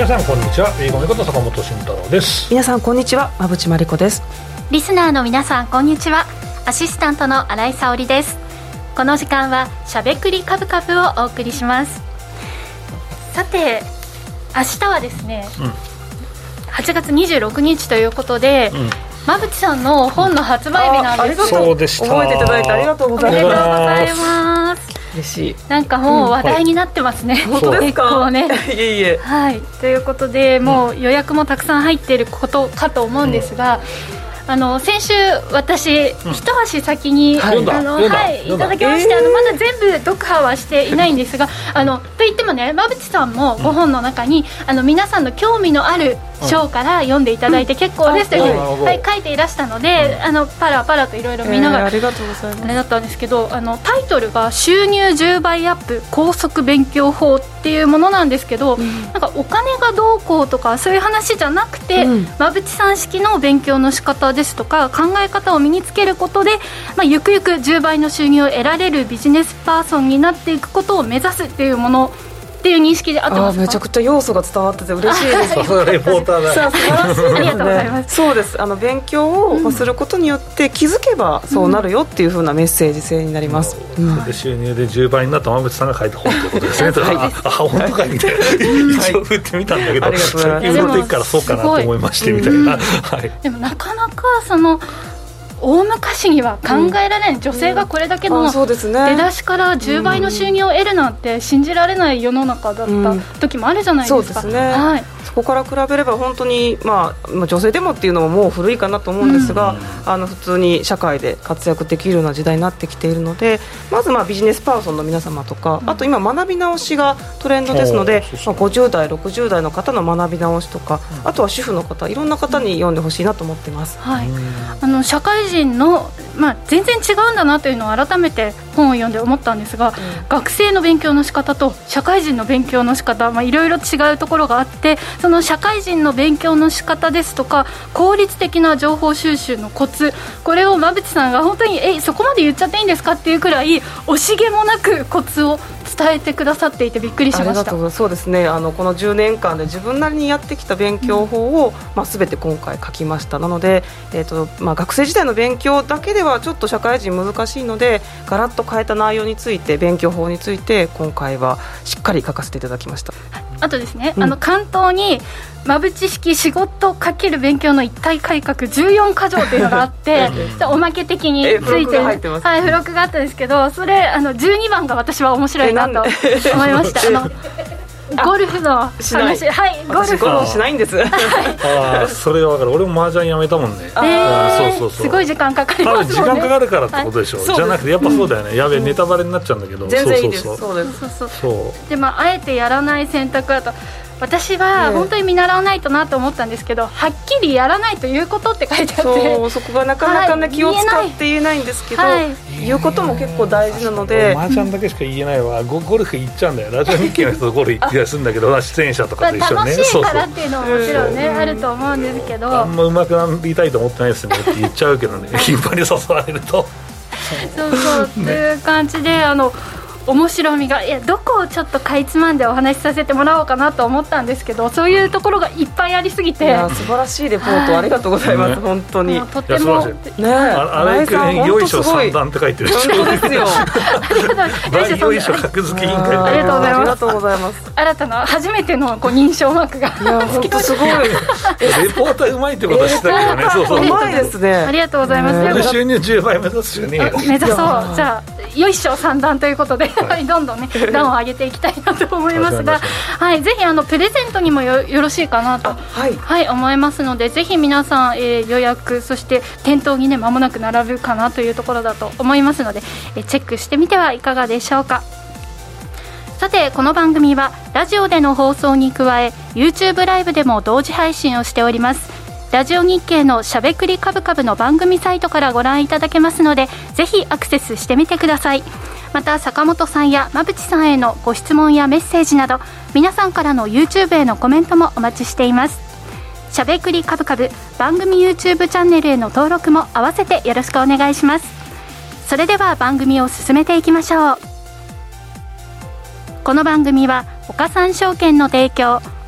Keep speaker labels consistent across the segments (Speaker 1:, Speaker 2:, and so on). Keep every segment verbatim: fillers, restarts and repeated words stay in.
Speaker 1: 皆さんこんにちは。英語のこと坂本慎太郎です。
Speaker 2: 皆さんこんにちは。馬淵真理子です。
Speaker 3: リスナーの皆さんこんにちは。アシスタントの新井沙織です。この時間はしゃべくりカブカブをお送りします。さて明日はですね、うん、はちがつにじゅうろくにちということで、うん、馬淵さんの本の発売日なんです。
Speaker 1: そうでした。
Speaker 2: 覚えていただいてありがとうございます。
Speaker 3: おめでとうございます。
Speaker 2: 嬉しい。
Speaker 3: なんかもう話題になってますね、うん、
Speaker 2: 本当ですか。
Speaker 3: 結構ね
Speaker 2: いえいえ、
Speaker 3: はい、ということでもう予約もたくさん入っていることかと思うんですが、うん、あの先週私、うん、一足先に、はい、あのはい、いただきまして、えー、あのまだ全部読破はしていないんですが、あのといってもね、馬淵さんもご本の中に、うん、あの皆さんの興味のある章から読んでいただいて結構ですというふうに、うんはい、書いていらしたので、うん、あのパラパラといろいろ見ながら、
Speaker 2: えー、ありがとうございます。
Speaker 3: あれだったんですけど、あのタイトルが収入じゅうばいアップ高速勉強法っていうものなんですけど、うん、なんかお金がどうこうとかそういう話じゃなくて、うん、馬淵さん式の勉強の仕方ですとか考え方を身につけることで、まあ、ゆくゆくじゅうばいの収入を得られるビジネスパーソンになっていくことを目指すっていうものっていう認識で合ってますか？
Speaker 2: あ、めちゃくちゃ要素が伝わってて嬉しいです。
Speaker 1: さすがレポーターだ。
Speaker 2: さすがですね。
Speaker 3: ありがとうございます。
Speaker 2: そうです。あの勉強をすることによって気づけばそうなるよっていう風なメッセージ性になります。
Speaker 1: うんうん、で収入でじゅうばいになった馬淵さんが書いた本ということですね。はい、ああ本当かみたいな一応振ってみたんだけど、最近の時からそうかなと思いましてみたいな。はい。
Speaker 3: でもなかなかその大昔には考えられない、うん、女性がこれだけの出だしからじゅうばいの収入を得るなんて信じられない世の中だった時もあるじゃないですか。
Speaker 2: そうですね、はい、そこから比べれば本当に、まあ、女性でもっていうのももう古いかなと思うんですが、うん、あの普通に社会で活躍できるような時代になってきているので、まずまあビジネスパーソンの皆様とか、うん、あと今学び直しがトレンドですので、まあ、ごじゅうだいろくじゅうだいの方の学び直しとか、うん、あとは主婦の方いろんな方に読んでほしいなと思っています。
Speaker 3: はい、あの社会人の、まあ、全然違うんだなというのを改めて本を読んで思ったんですが、うん、学生の勉強の仕方と社会人の勉強の仕方、まあ、いろいろ違うところがあって、その社会人の勉強の仕方ですとか効率的な情報収集のコツ、これを馬淵さんが本当にえそこまで言っちゃっていいんですかっていうくらい惜しげもなくコツを伝えてくださっていてびっくりしました。
Speaker 2: ありがとうございます。そうですね、あのこのじゅうねんかんで自分なりにやってきた勉強法を、うんまあ、全て今回書きました。なので、えーとまあ、学生時代の勉強だけではちょっと社会人難しいのでガラッと変えた内容について、勉強法について今回はしっかり書かせていただきました。
Speaker 3: あとですね、うん、あの関東に馬淵式仕事×勉強の一体改革じゅうよんかじょうというのがあっておまけ的についてる、はい、付録があったんですけど、それあのじゅうにばんが私は面白いなと思いました。あのゴルフの話、はい、
Speaker 2: ゴルフゴルフしないんです。
Speaker 1: あそれは分かる。俺も麻雀やめたもんね。
Speaker 3: えー、そうそうそう、すごい時間かかりますもんね。
Speaker 1: 時間かかるからってことでしょ、はい、じゃなくてやっぱそうだよね、うん、やべえネタバレになっちゃうんだけど、
Speaker 2: 全然いいです。
Speaker 1: そう
Speaker 2: そうです。
Speaker 3: そうそうそうで、まあ、あえてやらない選択だと私は本当に見習わないとなと思ったんですけど、はっきりやらないということって書いてあって、
Speaker 2: そうそこがなかなか、ねはい、気を使って言えないんですけど、はい、言うことも結構大事なので、
Speaker 1: 麻雀だけしか言えないわ。 ゴ, ゴルフ行っちゃうんだよ。ラジオ日経の人とゴルフ行ったりするんだけど出演者とかと一緒にね、
Speaker 3: 楽しいからっていうのももちろんねあると思うんですけど、
Speaker 1: あんま上手くなりたいと思ってないですねって言っちゃうけどね頻繁に誘われると
Speaker 3: そうそうっていう感じで、あの面白みが、いやどこをちょっとかいつまんでお話しさせてもらおうかなと思ったんですけど、そういうところがいっぱいありすぎて、い
Speaker 2: や素晴らしいレポートありがとうございます、ね、本当に
Speaker 3: とても
Speaker 1: ね、あれくね、よいしょ三段って書いてる。
Speaker 2: 本当ですよ
Speaker 1: 大よいしょ格付け委員会、
Speaker 3: ありがとうございます。
Speaker 2: ありがとうございます。
Speaker 3: 新たな初めてのこう認証マークが
Speaker 2: いや本当すごいレ
Speaker 1: ポーターうまいってことは知ったけどね、そうそう
Speaker 2: うまいですね。
Speaker 3: ありがとうございます。
Speaker 1: 収入じゅうばい目指すよね。
Speaker 3: 目指そう。じゃあよいしょ三段ということで、はい、どんどんね段を上げていきたいなと思いますが、はい、ぜひあのプレゼントにも よ, よろしいかなと、はいはい、思いますので、ぜひ皆さん、えー、予約そして店頭にね間もなく並ぶかなというところだと思いますので、えー、チェックしてみてはいかがでしょうか。さてこの番組はラジオでの放送に加え YouTube ライブでも同時配信をしております。ラジオ日経のしゃべくりカブカブの番組サイトからご覧いただけますので、ぜひアクセスしてみてください。また坂本さんや馬淵さんへのご質問やメッセージなど、皆さんからの YouTube へのコメントもお待ちしています。しゃべくりカブカブ番組 YouTube チャンネルへの登録も合わせてよろしくお願いします。それでは番組を進めていきましょう。この番組は岡三証券の提供、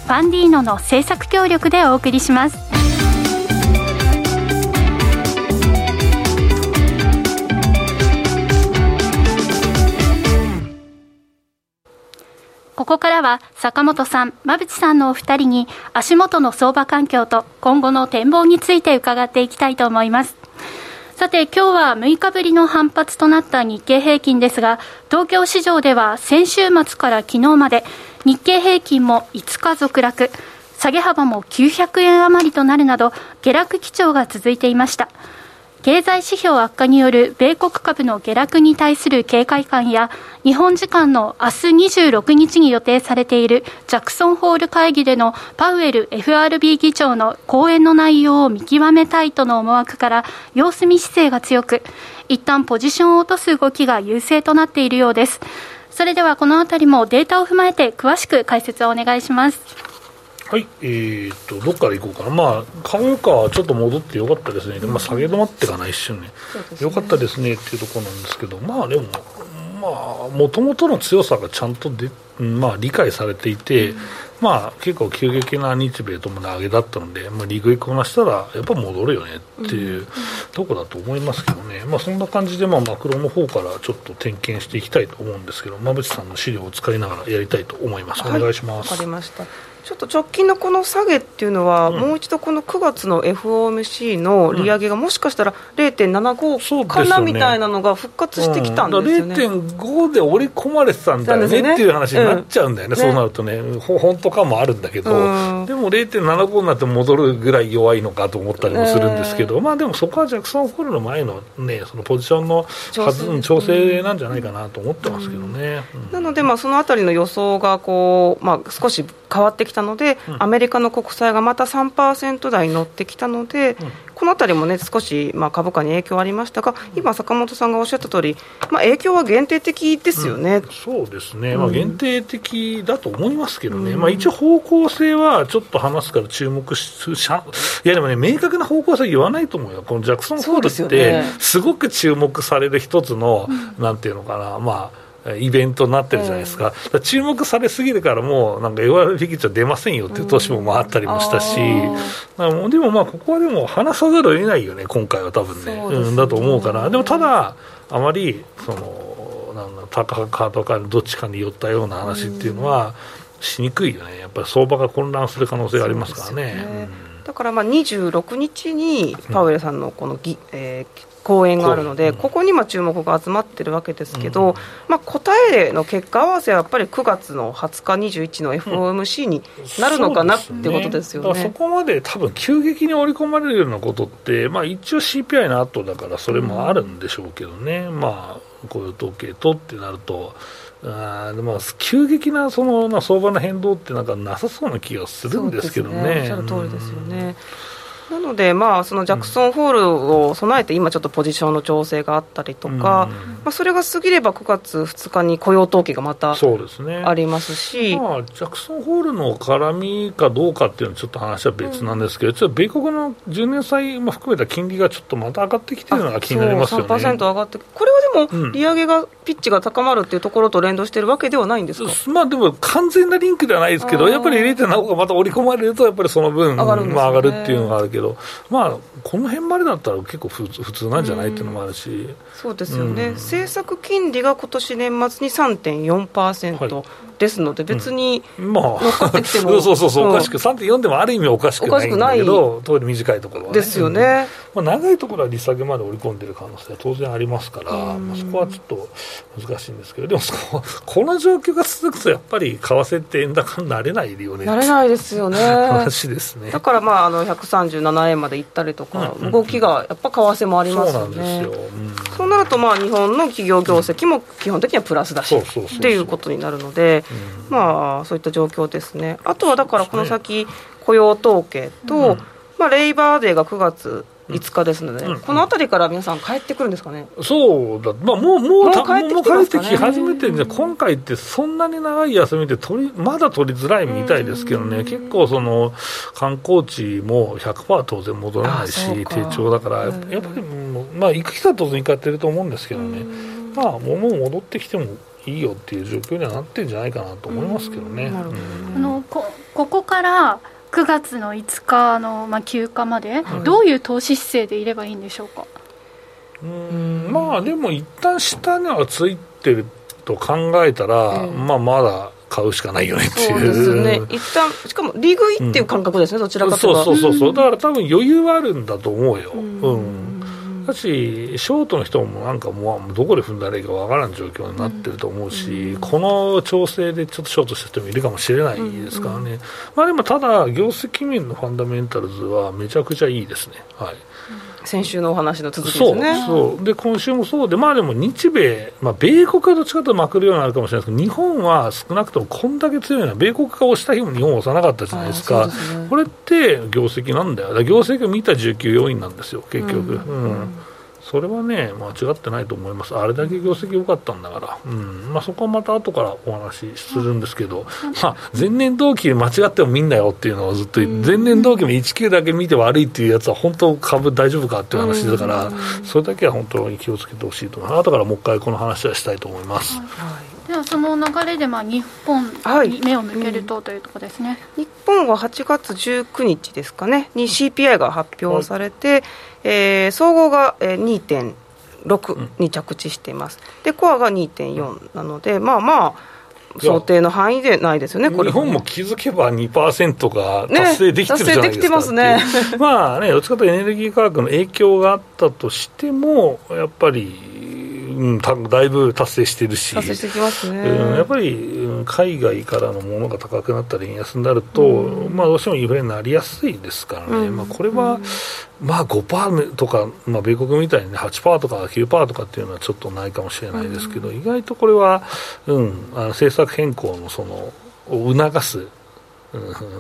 Speaker 3: ファンディーノの制作協力でお送りします。ここからは坂本さん、馬淵さんのお二人に足元の相場環境と今後の展望について伺っていきたいと思います。さて、今日はむいかぶりの反発となった日経平均ですが、東京市場では先週末から昨日まで日経平均もいつか続落、下げ幅もきゅうひゃくえん余りとなるなど下落基調が続いていました。経済指標悪化による米国株の下落に対する警戒感や、日本時間の明日にじゅうろくにちに予定されているジャクソンホール会議でのパウエル エフアールビー 議長の講演の内容を見極めたいとの思惑から様子見姿勢が強く、一旦ポジションを落とす動きが優勢となっているようです。それではこのあたりもデータを踏まえて詳しく解説をお願いします。
Speaker 1: はい、えー、っとどっからいこうかな。まあ株価はちょっと戻ってよかったですね。で、まあ、下げ止まってかな一瞬ね、よかったですねっていうところなんですけど、まあでもまあもともとの強さがちゃんとで、まあ、理解されていて、うん、まあ結構急激な日米ともの上げだったので、まあ、利食いこなしたらやっぱ戻るよねっていうところだと思いますけどね、まあ、そんな感じでまあマクロの方からちょっと点検していきたいと思うんですけど、馬淵さんの資料を使いながらやりたいと思います。お願いします。
Speaker 2: わかりました。ちょっと直近のこの下げっていうのは、うん、もう一度このくがつの エフオーエムシー の利上げがもしかしたら れいてんななご かな、みたいなのが復活してきたんですよね。
Speaker 1: うん、れいてんご で織り込まれてたんだよねっていう話になっちゃうんだよね、うん、そうなるとね、本当かもあるんだけど、うん、でも れいてんななご になって戻るぐらい弱いのかと思ったりもするんですけど、えー、まあでもそこはジャクソンホールの前のね、そのポジションの調整、調整なんじゃないかなと思ってますけどね。うんうん、
Speaker 2: なのでまあそのあたりの予想がこう、まあ、少し変わってきたので、うん、アメリカの国債がまた さんパーセント 台に乗ってきたので、うん、このあたりも、ね、少しまあ株価に影響ありましたが、今、坂本さんがおっしゃった通り、まあ、影響は限定的ですよね。
Speaker 1: うん、そうですね、まあ、限定的だと思いますけどね、うん、まあ、一応、方向性はちょっと話すから注目し、いやでもね、明確な方向性は言わないと思うよ、このジャクソンホールって、すごく注目される一つの、うん、なんていうのかな、まあ、イベントになってるじゃないですか。うん、注目されすぎるからもうなんか エフアールビー 議長出ませんよっていう年もまああったりもしたし、うん、でもまあここはでも話さざるを得ないよね、今回は多分 ね, うね、うん、だと思うから。でもただあまりそのなんだ高かとかどっちかに寄ったような話っていうのはしにくいよね。やっぱり相場が混乱する可能性がありますからね。
Speaker 2: だからまあにじゅうろくにちにパウエルさんのこのぎ、えー講演があるので、ここにまあ注目が集まってるわけですけど、うん、まあ、答えの結果合わせはやっぱりくがつのはつかにじゅういちの エフオーエムシー になるのかな、うん、ってことですよね。
Speaker 1: だからそこまで多分急激に織り込まれるようなことって、まあ、一応 シーピーアイ の後だからそれもあるんでしょうけどね、うん、まあこういう統計とってなると、あでまあ、急激なその、まあ、相場の変動ってなんかなさそうな気がするんですけどね。
Speaker 2: おっしゃる通りですよね。なので、まあ、そのジャクソンホールを備えて今ちょっとポジションの調整があったりとか、うん、まあ、それが過ぎればくがつふつかに雇用統計がまたありますし、
Speaker 1: まあ、ジャクソンホールの絡みかどうかっていうのはちょっと話は別なんですけど、うん、ちょっと米国のじゅうねん債も含めた金利がちょっとまた上がってきているのが気になりますよね。
Speaker 2: さんパーセント 上がって、これはでも利上げが、ピッチが高まるっていうところと連動しているわけではないんですか。
Speaker 1: まあ、でも完全なリンクではないですけど、やっぱり れいてんななご がまた織り込まれるとやっぱりその分上がるんですよね。まあ、上がるっていうのがあるけど、まあこの辺までだったら結構普通なんじゃないっていうのもあるし、うん、
Speaker 2: そうですよね、うん、政策金利が今年年末に さんてんよんパーセント、はい、ですので別に乗っかってきても、
Speaker 1: まあ、そうそうそう、おかしく さんてんよん でもある意味おかしくないんだけど、当時短いところはね
Speaker 2: ですよね、
Speaker 1: うん、まあ、長いところは利下げまで織り込んでる可能性は当然ありますから、うん、まあ、そこはちょっと難しいんですけど、でもこの状況が続くとやっぱり為替って円高になれないよね、
Speaker 2: なれないですよね
Speaker 1: 話ですね。
Speaker 2: だから、まあ、あのひゃくさんじゅうななえんまで行ったりとか、うん、動きがやっぱ為替もありますよね。そうなんですよ、うん、そうなるとまあ日本の企業業績も基本的にはプラスだしっていうことになるので、うん、まあそういった状況ですね。あとはだからこの先雇用統計と、うん、まあ、レイバーデーがくがついつかですので、うん、このあたりから皆さん帰ってくるんですかね。
Speaker 1: そうだ、まあ、もうもうもう帰ってきてますかね。帰ってき始めてるんで、今回ってそんなに長い休みって取りまだ取りづらいみたいですけどね。結構その観光地も ひゃくパーセント 当然戻らないし、低調だからやっぱり、まあ、行く人は当然行かれてると思うんですけどね、まあ、もう戻ってきてもいいよっていう状況にはなってるんじゃないかなと思いますけどね。
Speaker 3: なるほど、あの こ, ここからくがつのいつかの、まあ、休暇まで、はい、どういう投資姿勢でいればいいんでしょうか。
Speaker 1: うーんまあでも一旦下にはついてると考えたら、えー、まあまだ買うしかないよねっていう。
Speaker 2: そうですね。一旦しかも利食いっていう感覚ですね、うん、どちらかというと。
Speaker 1: そうそうそう、だから多分余裕はあるんだと思うよ。うん、うんだしショートの人もなんかもうどこで踏んだらいいかわからん状況になってると思うし、うん、この調整でちょっとショートした人もいるかもしれないですからね、うんうん、まあ、でもただ業績面のファンダメンタルズはめちゃくちゃいいですね、はい、
Speaker 2: 先週のお話の続きですね。
Speaker 1: そうそうで今週もそうで、まあでも日米、まあ、米国はどっちかというとまくるようになるかもしれないですけど、日本は少なくともこんだけ強いのは米国が押した日も日本は押さなかったじゃないですか。ですね、これって業績なんだよ。だから業績を見たじゅうきゅう要因なんですよ結局、うんうんうん、それはね間違ってないと思います。あれだけ業績良かったんだから、うんまあ、そこはまた後からお話しするんですけど、まあ、前年同期間違っても見んなよっていうのをずっと言って、前年同期もいちきゅうだけ見て悪いっていうやつは本当株大丈夫かっていう話だから、それだけは本当に気をつけてほしいと思います。後からもう一回この話はしたいと思います。はいはい、
Speaker 3: ではその流れでまあ日本に目を向けるとというところですね。はい、
Speaker 2: うん、日本ははちがつじゅうくにちですかねに シーピーアイ が発表されて、はい、えー、総合が にてんろく に着地しています。でコアが にてんよん なので、まあまあ想定の範囲でないですよね。これ
Speaker 1: 日本も気づけば にパーセント が達成できてるじゃないですか、ね、達成できてますね。まあね、どっちかというとエネルギー価格の影響があったとしてもやっぱりうん、だいぶ達成してるし、
Speaker 2: 達成してきますね。
Speaker 1: うん、やっぱり、うん、海外からのものが高くなったり円安になると、うん、まあ、どうしてもインフレになりやすいですからね、うん、まあ、これは、うん、まあ、ごパーセント とか、まあ、米国みたいに、ね、はちパーセント とか きゅうパーセント とかっていうのはちょっとないかもしれないですけど、うん、意外とこれは、うん、あの政策変更のそのを促す、うん、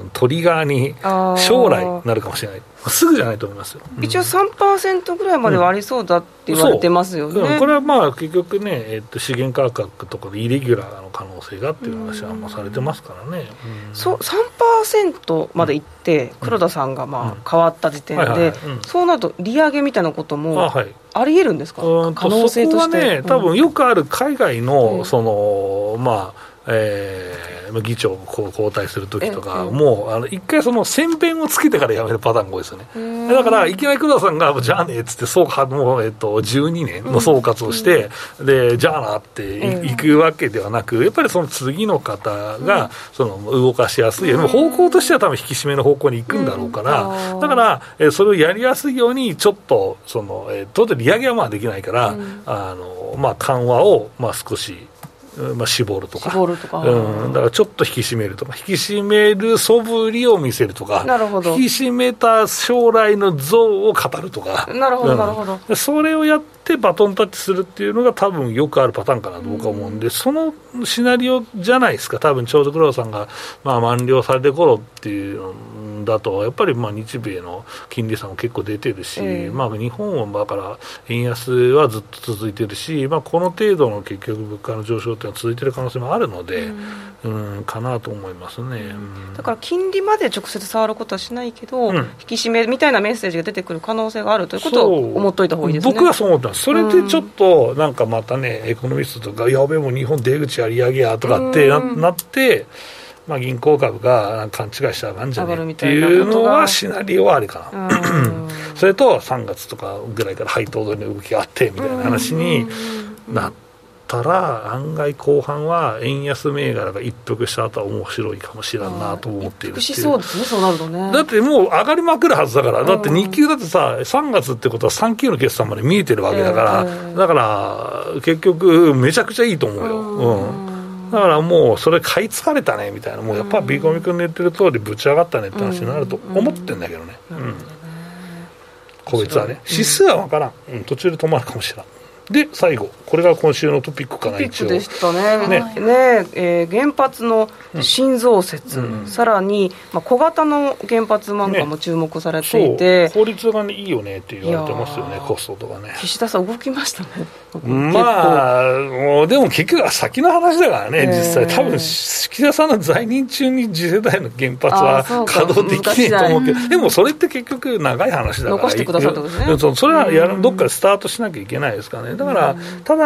Speaker 1: トリガーに将来なるかもしれない。すぐじゃないと思いますよ。
Speaker 2: 一応 さんパーセント ぐらいまではありそうだって言われてますよね。
Speaker 1: うん、これはまあ結局ね、えっと、資源価格とかでイレギュラーの可能性がっていう話はもうされてますからね。
Speaker 2: うん、そう さんパーセント までいって、うん、黒田さんがまあ変わった時点でそうなると利上げみたいなこともありえるんですか。
Speaker 1: うん、可能性として。そこはね、多分よくある海外のその、うん、まあえー、議長が交代するときとか、もうあの一回その先鞭をつけてからやめるパターンが多いですよね。だからいきなり黒田さんがじゃあねっつって総括もう、えっと、じゅうにねんの総括をして、うん、でじゃあなっていくわけではなく、やっぱりその次の方がその動かしやすい、うん、方向としては多分引き締めの方向に行くんだろうから、うん、だから、えー、それをやりやすいようにちょっとその、えー、当然利上げはまあできないから、うん、あのまあ、緩和をまあ少しまあ、絞るとか、
Speaker 2: 絞るとか、
Speaker 1: うん、だからちょっと引き締めるとか、引き締める素振りを見せるとか、
Speaker 2: なるほど、
Speaker 1: 引き締めた将来の像を語るとか、
Speaker 2: なるほど、うん、なるほど、
Speaker 1: それをやってバトンタッチするっていうのが多分よくあるパターンかなと僕は思うんで、うん、そのシナリオじゃないですか。多分ちょうど黒田さんがまあ満了されて頃っていうのだとやっぱりまあ日米の金利差も結構出てるし、えーまあ、日本はだから円安はずっと続いてるし、まあ、この程度の結局物価の上昇っていうのは続いてる可能性もあるので、うんうん、かなと思いますね。うん、
Speaker 2: だから金利まで直接触ることはしないけど、うん、引き締めみたいなメッセージが出てくる可能性があるということを思っといた方がいいですね。
Speaker 1: 僕はそう思ってます。それでちょっとなんかまたね、エコノミストとかやべえもう日本出口やり上げやとかってな、なって、まあ、銀行株が勘違いしたらなんじゃねえっていうのはシナリオはあるかな。それとさんがつとかぐらいから配当の動きがあってみたいな話になったら、案外後半は円安銘柄が一服した後は面白いかもしれんなと思っているっていう。
Speaker 2: 一服しそうですね、そうなるとね。
Speaker 1: だってもう上がりまくるはずだから。だって日給だってささんがつってことはさん級の決算まで見えてるわけだから、えー、だから結局めちゃくちゃいいと思うよ。うんだからもうそれ買い付かれたねみたいな、もうやっぱビーコミ君の言ってる通りぶち上がったねって話になると思ってんだけどね、うんうんうん、個別はね、指数は分からん、うん、途中で止まるかもしれない。で最後これが今週のトピックかな。
Speaker 2: トピックでしたね。ね、ねえー、原発の新増設、うん、さらに、まあ、小型の原発なんかも注目されていて、
Speaker 1: ね、効率が、ね、いいよねって言われてますよね、コストとかね。
Speaker 2: 岸田さん動きましたね。
Speaker 1: まあもうでも結局は先の話だからね、えー、実際多分岸田さんの在任中に次世代の原発は稼働できないと思うけど、でもそれって結局長い話だから
Speaker 2: 残してくださったんですね。
Speaker 1: それはやるどっかでスタートしなきゃいけないですからね。だから、ただ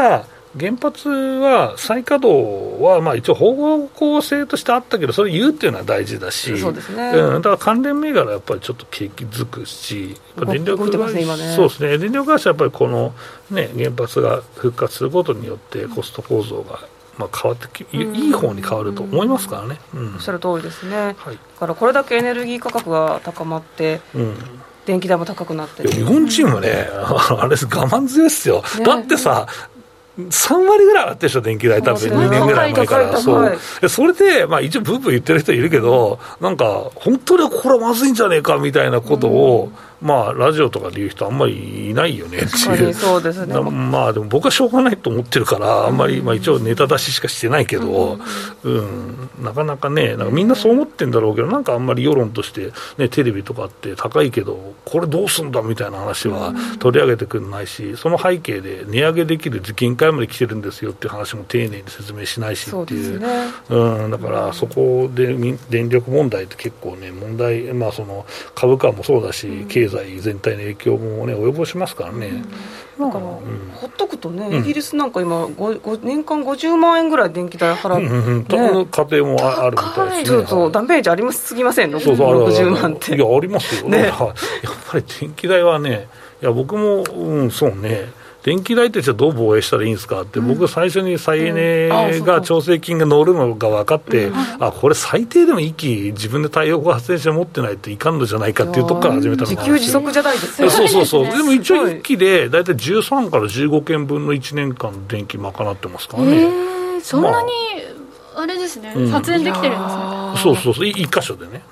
Speaker 1: 原発は再稼働はまあ一応方向性としてあったけど、それ言うっていうのは大事だし、
Speaker 2: そうですね、
Speaker 1: うん、だから関連銘柄はやっぱりちょっと景気づくし、電力会社、ね、そうですね、電力会社はやっぱりこの、ね、原発が復活することによってコスト構造がまあ変わってき、いい方に変わると思いますからね。うん、
Speaker 2: おっしゃる通りですね、
Speaker 1: はい、
Speaker 2: だからこれだけエネルギー価格が高まって、うん、電気代も高くなってる。
Speaker 1: 日本チームね、うん、あれ我慢強いですよ、ね、だってささん割ぐらい上がってるでしょ、電気代、多分にねんぐらい前から。そう、それで、まあ、一応ブーブー言ってる人いるけど、なんか本当にこれはまずいんじゃねえかみたいなことを、うん、まあラジオとかで言う人あんまりいないよねっていう。そうですね。まあでも僕はしょうがないと思ってるからあんまり、まあ、一応ネタ出ししかしてないけど、うん、うん、なかなかね、なんかみんなそう思ってんだろうけど、なんかあんまり世論として、ね、テレビとかって高いけどこれどうすんだみたいな話は取り上げてくれないし、その背景で値上げできる限界まで来てるんですよっていう話も丁寧に説明しないしっていう、 そうですね、うん、だからそこで電力問題って結構ね問題、まあ、その株価もそうだし、うん、経済全体の影響もね及ぼしますからね、
Speaker 2: うん、だから、うん、ほっとくとね、イギリスなんか今ごご年間ごじゅうまんえんぐらい電気代払って、うんうんうん、ね、
Speaker 1: 家庭もあるみたいですね。
Speaker 2: ちょっとダメージありますすぎませんの、そうそうろくじゅうまんって。
Speaker 1: いやありますよ、ね、やっぱり電気代はね、いや僕も、うん、そうね、電気代ってじゃあどう防衛したらいいんですかって、うん、僕最初に再エネが調整金が乗るのが分かって、うん、あこれ最低でもいっき自分で太陽光発電所持ってないといかんのじゃないかっていうところから始めたのが
Speaker 2: 自給自足じゃないですよ。
Speaker 1: そうそうそう、でも一応いっきでだいたいじゅうさんからじゅうごけんぶんのいちねんかんの電気賄ってますからね。
Speaker 3: そんなに、まあ、あれですね、うん、発電できてるんですね。
Speaker 1: そうそうそう、いっ箇所でね、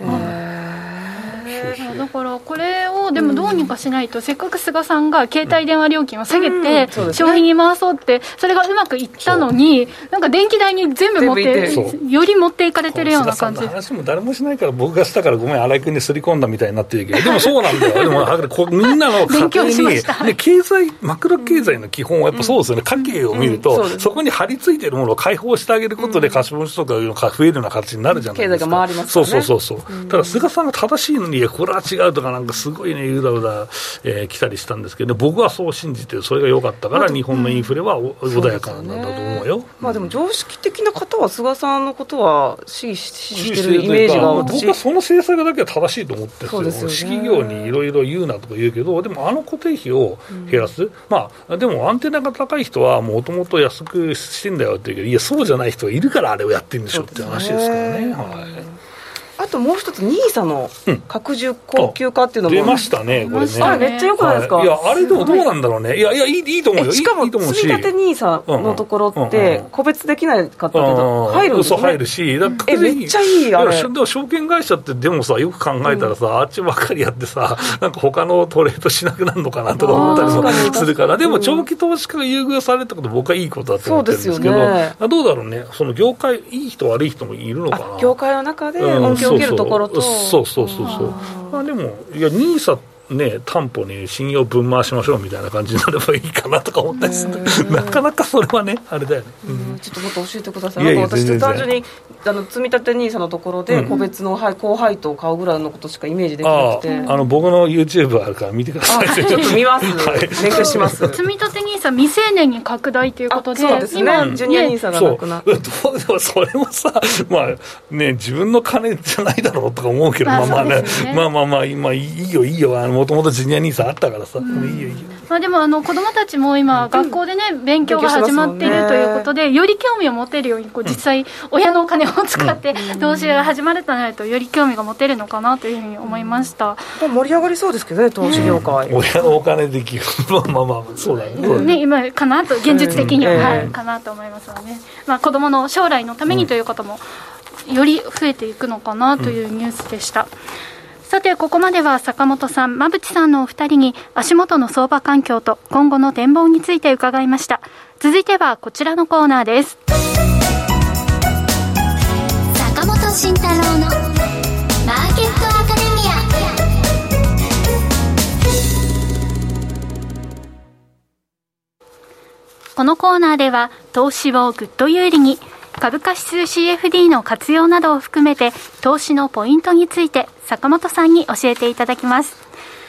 Speaker 3: だからこれをでもどうにかしないと、うん、せっかく菅さんが携帯電話料金を下げて消費に回そうって、それがうまくいったのに、なんか電気代に全部持ってより持っていかれてるような感じ。
Speaker 1: 菅さんの話も誰もしないから僕がしたからごめん新井君にすり込んだみたいになってるけど、でもそうなんだよでもこみんなの家庭に、ね、経済マクロ経済の基本はやっぱそうですよね、うん、家計を見ると、うんうん、そ, そこに張り付いているものを解放してあげることで貸し物とかが増えるような形になるじゃないですか。
Speaker 2: 経済が回りますからね。
Speaker 1: そうそうそうそう、うん、ただ菅さんが正しいのにこれは違うとかなんかすごいねうだうだ、えー、来たりしたんですけど、僕はそう信じてそれが良かったから日本のインフレは穏やかなんだと思うよ。
Speaker 2: ね、まあ、でも常識的な方は菅さんのことは支持してるイメージが、
Speaker 1: 僕はその政策だけは正しいと思ってるんですよ。私企業にいろいろ言うなとか言うけど、でもあの固定費を減らす、うん、まあでもアンテナが高い人はもともと安くしてんだよって言うけど、いやそうじゃない人がいるからあれをやってるんでしょって話ですからね。はい、
Speaker 2: あともう一つニーサの拡充高級化っていうのも、
Speaker 1: うん、出ましたね、これね。
Speaker 2: あれめっちゃ良くないですか。
Speaker 1: はい、いやあれでもどうなんだろうね。いやいやいい、いいと思うよ。
Speaker 2: しかも積み立てニーサのところって個別できないかったけど入るんですね。
Speaker 1: そう入るし、だ
Speaker 2: えめっちゃいい。あれ
Speaker 1: でも証券会社ってでもさよく考えたらさ、うん、あっちばっかりやってさなんか他のトレードしなくなるのかなとか思ったりもするから、でも長期投資家が優遇されたこと僕はいいことだと思ってるんですけど、ね、どうだろうね、その業界いい人悪い人もいるのかな。
Speaker 2: 業界の中で恩恵を受けるところと、
Speaker 1: そうそうそうそうそう、まあ、でもいやニーサね、担保に信用分回しましょうみたいな感じになればいいかなとか思ったりする。なかなかそれはねあれだよね、
Speaker 2: うん、ちょっともっと教えてください。いやいや私単純にあの積み立てニーサのところで個別の高配当を買うぐらいのことしかイメージできなくて、
Speaker 1: ああの僕の YouTube あるから見てください。
Speaker 2: ちょっと見ます、はい、勉強します。
Speaker 3: 積み立てニーサ未成年に拡大ということで、
Speaker 2: そうですね、今ジュニアニーサがなくなって、
Speaker 1: そうでもそれもさ、まあね、自分の金じゃないだろうとか思うけど、まあまあね、まあまあまあ今いいよいいよ、もともとジュニアニーサあったからさ、うん、いいよいいよ。
Speaker 3: まあ、でもあの子どもたちも今、うん、学校でね勉強が始まっているということで、より興味を持てるようにこう実際親のお金を使って投資が始まるとなるとより興味が持てるのかなというふうに思いました。
Speaker 2: うん、盛り上がりそうですけどね、投資業界、うん、
Speaker 1: 親のお金できるまあまあまあそうだね、うん、
Speaker 3: ね今かなと現実的には、うんはい、かなと思いますよね。まあ、子どもの将来のためにという方もより増えていくのかなというニュースでした。うんさてここまでは坂本さん、馬淵さんのお二人に足元の相場環境と今後の展望について伺いました。続いてはこちらのコーナーです。
Speaker 4: 坂本慎太郎のマーケットアカデミ
Speaker 3: ア。このコーナーでは投資をぐっと有利に、株価指数 シーエフディー の活用などを含めて投資のポイントについて坂本さんに教えていただきます。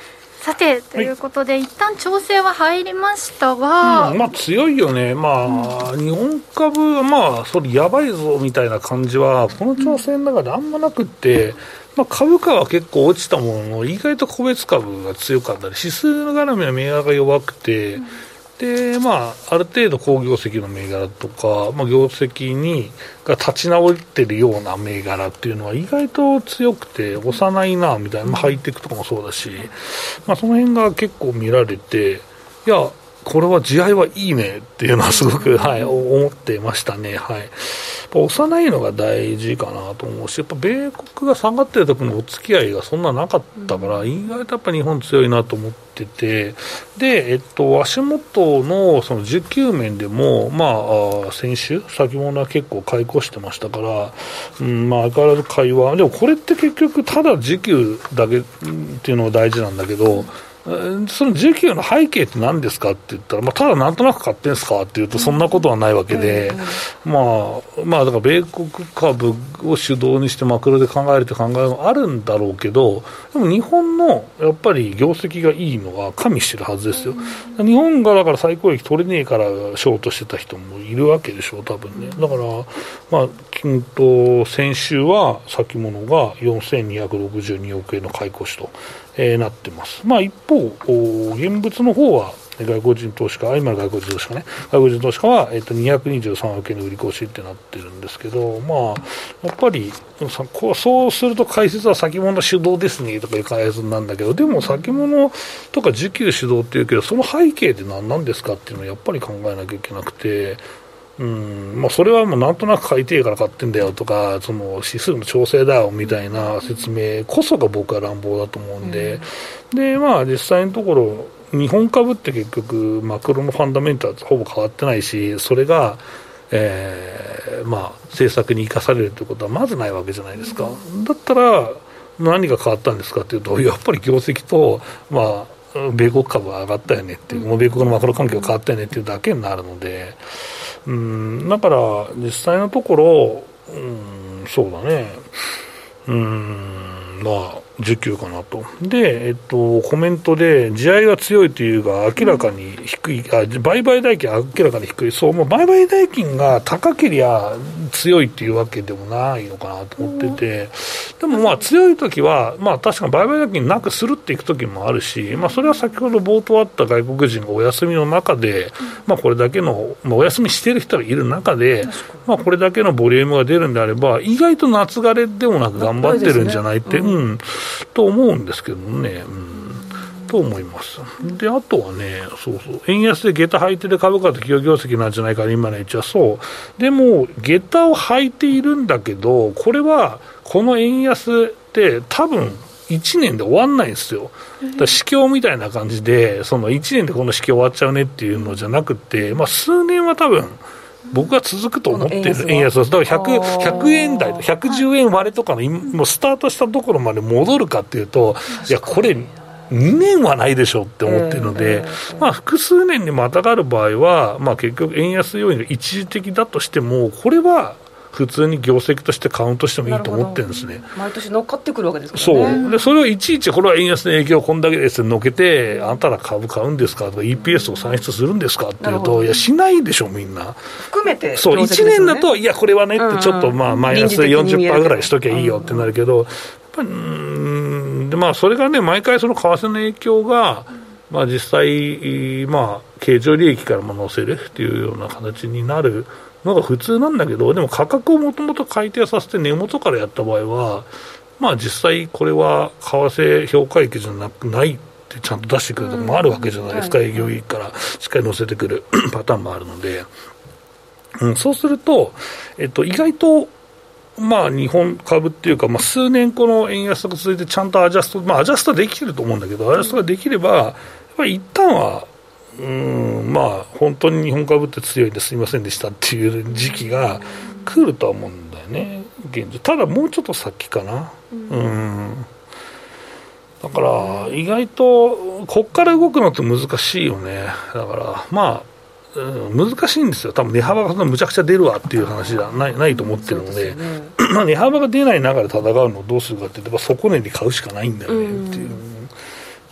Speaker 3: さてということで、はい、一旦調整は入りましたが、
Speaker 1: うんまあ、強いよね、まあうん、日本株はまあそれやばいぞみたいな感じはこの調整の中であんまなくって、うんまあ、株価は結構落ちたものの意外と個別株が強かったり指数絡みの銘柄が弱くて、うんでまあ、ある程度好業績の銘柄とか、まあ、業績にが立ち直ってるような銘柄っていうのは意外と強くて押さないなみたいな、まあ、ハイテクとかもそうだし、まあ、その辺が結構見られていやこれは地合いはいいねっていうのはすごく、はい、思ってましたね、はい、押さないのが大事かなと思うしやっぱ米国が下がってる時のお付き合いがそんななかったから、うん、意外とやっぱ日本強いなと思っててで、えっと、足元のその需給面でも、まあ、先週先物は結構買い越してましたから、うんまあ、相変わらず買いはでもこれって結局ただ需給だけっていうのが大事なんだけど、うんその需給の背景って何ですかって言ったら、まあ、ただなんとなく買ってんですかっていうとそんなことはないわけで、うんまあ、まあだから米国株を主導にしてマクロで考えるって考えもあるんだろうけどでも日本のやっぱり業績がいいのは加味してるはずですよ、うん、日本がだから最高益取れねえからショートしてた人もいるわけでしょ多分ねだから、まあ、金と先週は先物がよんせんにひゃくろくじゅうにおくえんの買い越しとえー、なってます。まあ、一方、現物の方は外国人投資家、今の外国人投資家ね、外国人投資家は、えー、とにひゃくにじゅうさんおくえんの売り越しってなってるんですけど、まあ、やっぱりこうそうすると解説は先物主導ですねとかいう解説なんだけど、でも先物とか需給主導っていうけど、その背景って何なんですかっていうのをやっぱり考えなきゃいけなくて、うんまあ、それはもうなんとなく買いてえから買ってんだよとかその指数の調整だよみたいな説明こそが僕は乱暴だと思うんで、うん、でまあ実際のところ日本株って結局マクロのファンダメンタルはほぼ変わってないしそれが、えーまあ、政策に生かされるということはまずないわけじゃないですか、うん、だったら何が変わったんですかというとやっぱり業績とまあ米国株は上がったよねっていう、もう米国のマクロ環境が変わったよねっていうだけになるので、うん、だから実際のところ、うん、そうだね、うん、まあ需給かなと。で、えっと、コメントで地合いが強いというが明らかに低い、あ売買代金明らかに低い、そうもう売買代金が高けりゃ強いっていうわけでもないのかなと思ってて、でもまあ強い時はまあ確かに売買代金なくするっていく時もあるし、まあそれは先ほど冒頭あった外国人がお休みの中で、まあこれだけの、まあ、お休みしている人がいる中で、まあこれだけのボリュームが出るんであれば意外と夏枯れでもなく頑張ってるんじゃないって、うん、と思うんですけどね、うん、と思います。であとはね、そうそう円安で下駄履いてる株価と企業業績なんじゃないかな今のうちはそうでも下駄を履いているんだけどこれはこの円安って多分いちねんで終わんないんですよ。だから市況みたいな感じでそのいちねんでこの市況終わっちゃうねっていうのじゃなくて、まあ、数年は多分僕は続くと思っている円安だから ひゃく, ひゃくえん台ひゃくじゅうえん割れとかのもうスタートしたところまで戻るかっていうといやこれにねんはないでしょって思っているので、まあ、複数年にまたがる場合は、まあ、結局円安要因が一時的だとしてもこれは普通に業績としてカウントしてもいいと思ってるんですね。
Speaker 2: 毎年乗っかってくるわけですからね。
Speaker 1: そうでそれをいちいちこれは円安の影響こんだけですってのけてあんたら株買うんですかとか イーピーエス を算出するんですかっていうといやしないでしょみんな
Speaker 2: 含めて、ね、
Speaker 1: そういちねんだといやこれはねってちょっとまあマイナスで よんじゅっパーセント ぐらいしときゃいいよってなるけどやっぱりうんでまあそれがね毎回その為替の影響がまあ実際まあ経常利益からも乗せるっていうような形になるのが普通なんだけどでも価格をもともと改定させて根元からやった場合はまあ実際これは為替評価益じゃなくないってちゃんと出してくるところもあるわけじゃないですか、うん、営業利益からしっかり乗せてくるパターンもあるので、うん、そうすると、えっと、意外とまあ日本株っていうか、まあ、数年この円安が続いてちゃんとアジャスト、まあアジャストできてると思うんだけどアジャストができればやっぱり一旦はうんまあ本当に日本株って強いんですいませんでしたっていう時期が来るとは思うんだよね現状。ただもうちょっと先かな、うん、うんだから意外とこっから動くのって難しいよね。だからまあ、うん、難しいんですよ多分値幅がそんなむちゃくちゃ出るわっていう話じゃない、ないと思ってるので、ねまあ、値幅が出ない中で戦うのをどうするかって言えば底値で買うしかないんだよねっていう、うん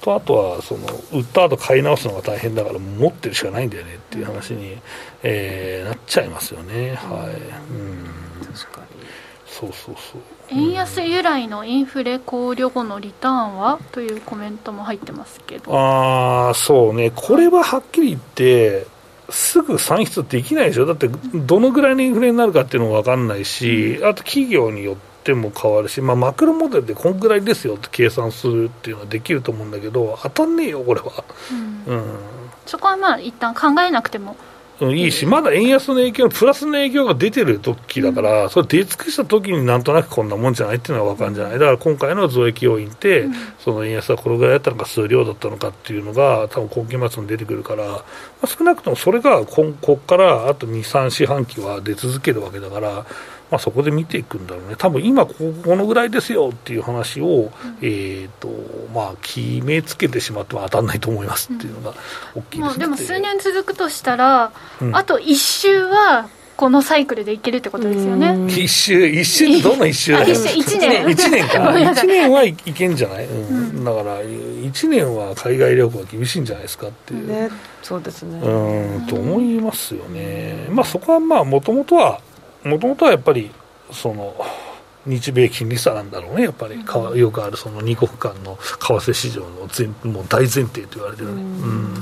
Speaker 1: とあとはその売った後買い直すのが大変だから持ってるしかないんだよねっていう話に、えー、なっちゃいますよね、はい、うん、確かにそうそうそう、
Speaker 3: 円安由来のインフレ考慮後のリターンはというコメントも入ってますけど、
Speaker 1: ああそうね、これははっきり言ってすぐ算出できないでしょ。だってどのぐらいのインフレになるかっていうのも分かんないし、あと企業によっても変わるし、まあ、マクロモデルでこんぐらいですよって計算するっていうのはできると思うんだけど、当たんねえよこれは、うんうん、
Speaker 3: そこはまあ一旦考えなくても
Speaker 1: いいし、まだ円安の影響、プラスの影響が出てる時だから、うん、それ出尽くした時になんとなくこんなもんじゃないっていうのは分かるんじゃない。だから今回の増益要因って、うん、その円安はこれぐらいだったのか数量だったのかっていうのが多分今期末に出てくるから、まあ、少なくともそれがここからあとに、さん四半期は出続けるわけだから、まあ、そこで見ていくんだろうね。多分今ここのぐらいですよっていう話を、うん、えーとまあ、決めつけてしまっては当たらないと思いますっていうのが大きいですね、うん、
Speaker 3: でも数年続くとしたら、うん、あといっ周はこのサイクルでいけるってことですよね。
Speaker 1: 一周一周ってどんな一周だよ。
Speaker 3: いちねん
Speaker 1: いちねんかいちねんはいけんじゃない、うんうん、だからいちねんは海外旅行は厳しいんじゃないですかっていう、ね、
Speaker 2: そうですね、
Speaker 1: うんと思いますよね。まあそこはまあもともとはもともとはやっぱりその日米金利差なんだろうね。やっぱりよくあるそのに国間の為替市場の前もう大前提と言われてるね、うん、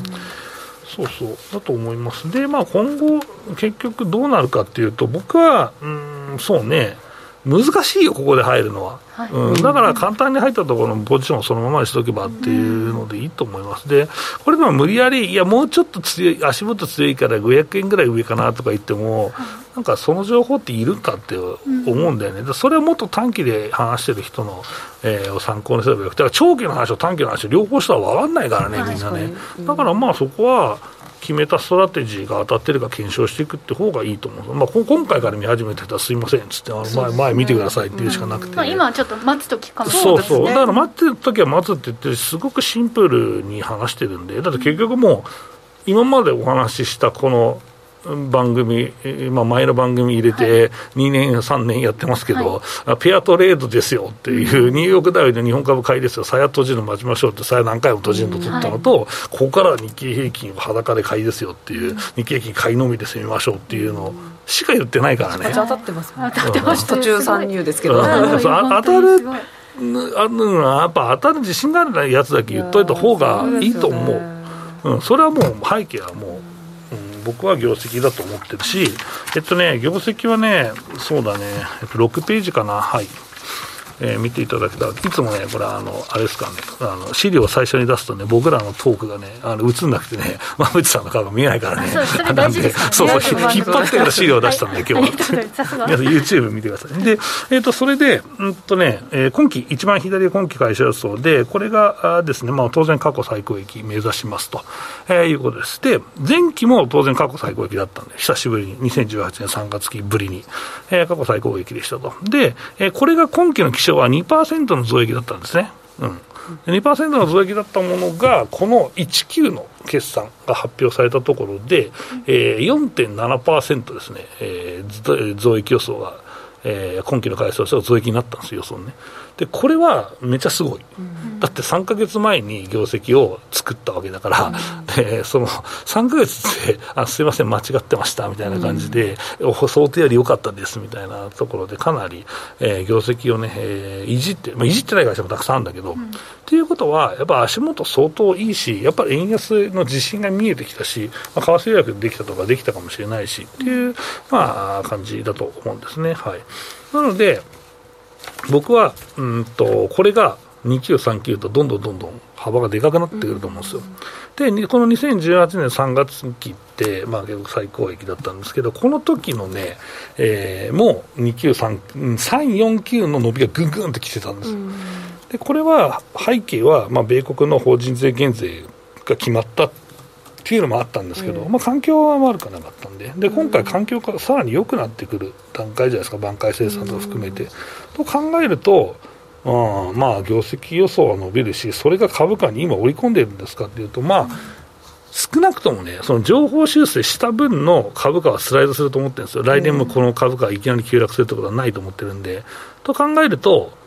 Speaker 1: そうそうだと思います。で、まあ、今後結局どうなるかっていうと、僕はうんそうね難しいよここで入るのは、はい、うん、だから簡単に入ったところのポジションをそのままにしておけばっていうのでいいと思います。でこれでも無理やりいやもうちょっと強い足元強いからごひゃくえんぐらい上かなとか言っても、なんかその情報っているかって思うんだよね。でそれはもっと短期で話してる人の、えー、を参考にすればよくて、長期の話と短期の話両方したら分かんないからねみんなね。だからまあそこは決めたストラテジーが当たってるか検証していくって方がいいと思う。まあ、今回から見始めてたらすいませんっつってあの 前, 前見てくださいっていうしかなくて、うん、
Speaker 3: まあ、今はちょっと待つ時かもしれ
Speaker 1: ないですね。そうそうだから待ってる時は待つって言ってすごくシンプルに話してるんで、だって結局もう今までお話ししたこの番組、まあ、前の番組入れてにねんさんねんやってますけど、はい、ペアトレードですよっていうニューヨークダウで日本株買いですよ、さや閉じるの待ちましょうってさや何回も閉じるの取ったのと、はい、ここからは日経平均を裸で買いですよっていう、日経平均買いのみで攻めましょうっていうのしか言ってないからね。
Speaker 2: 当たってますね。当たってます。途中参入ですけど、
Speaker 1: うん、当たるあのやっぱ当たる自信があるやつだけ言っといた方がいいと思う。うん、それはもう背景はもう、うん、僕は業績だと思ってるし、えっとね業績はねそうだね、えっと、ろくページかな、はい、えー、見ていただけたらいつもねこれあのあれですかね、あの資料を最初に出すとね僕らのトークがねあの映んなくてね馬淵さんの顔が見えないからね。
Speaker 3: そうそれ大事ですね。
Speaker 1: そうそう引っ張ってから資料を出したんで、はい、今日は皆さん YouTube 見てください。で、えー、とそれでうんとね、えー、今期一番左今期会社予想でこれがあですね、まあ、当然過去最高益目指しますと、えー、いうことです。で前期も当然過去最高益だったんで久しぶりににせんじゅうはちねんさんがつ期ぶりに、えー、過去最高益でしたと。で、えー、これが今期の期初は にパーセント の増益だったんですね、うん、にパーセント の増益だったものがこのいちきゅうの決算が発表されたところで、えー、よんてんななパーセント ですね、えー、増益予想が、えー、今期の会社としては増益になったんですよ、予想ね。でこれはめちゃすごい、うん、だってさんかげつまえに業績を作ったわけだから、うん、でそのさんかげつであすいません間違ってましたみたいな感じで、うん、想定より良かったですみたいなところでかなり、えー、業績をね、えー、いじって、まあ、いじってない会社もたくさんあるんだけど、うん、っていうことはやっぱ足元相当いいし、やっぱり円安の自信が見えてきたし、まあ、為替予約できたとかできたかもしれないしっていう、まあ、感じだと思うんですね、はい。なので僕はうんとこれがにきゅうさんきゅうとどんどんどんどん幅がでかくなってくると思うんですよ、うん、でこのにせんじゅうはちねんさんがつ期って、まあ、結構最高益だったんですけど、この時のね、えー、もうにきゅうさん、さんよんきゅうの伸びがぐんぐんってきてたんです、うん、でこれは背景は、まあ、米国の法人税減税が決まったっていうのもあったんですけど、うん、まあ、環境は悪くなかったんで、で今回環境がさらに良くなってくる段階じゃないですか、挽回生産とか含めて、うん、と考えると、うん、まあ業績予想は伸びるし、それが株価に今織り込んでるんですかっていうと、まあ、うん、少なくともねその情報修正した分の株価はスライドすると思ってるんですよ。来年もこの株価がいきなり急落するってことはないと思ってるんで、と考えると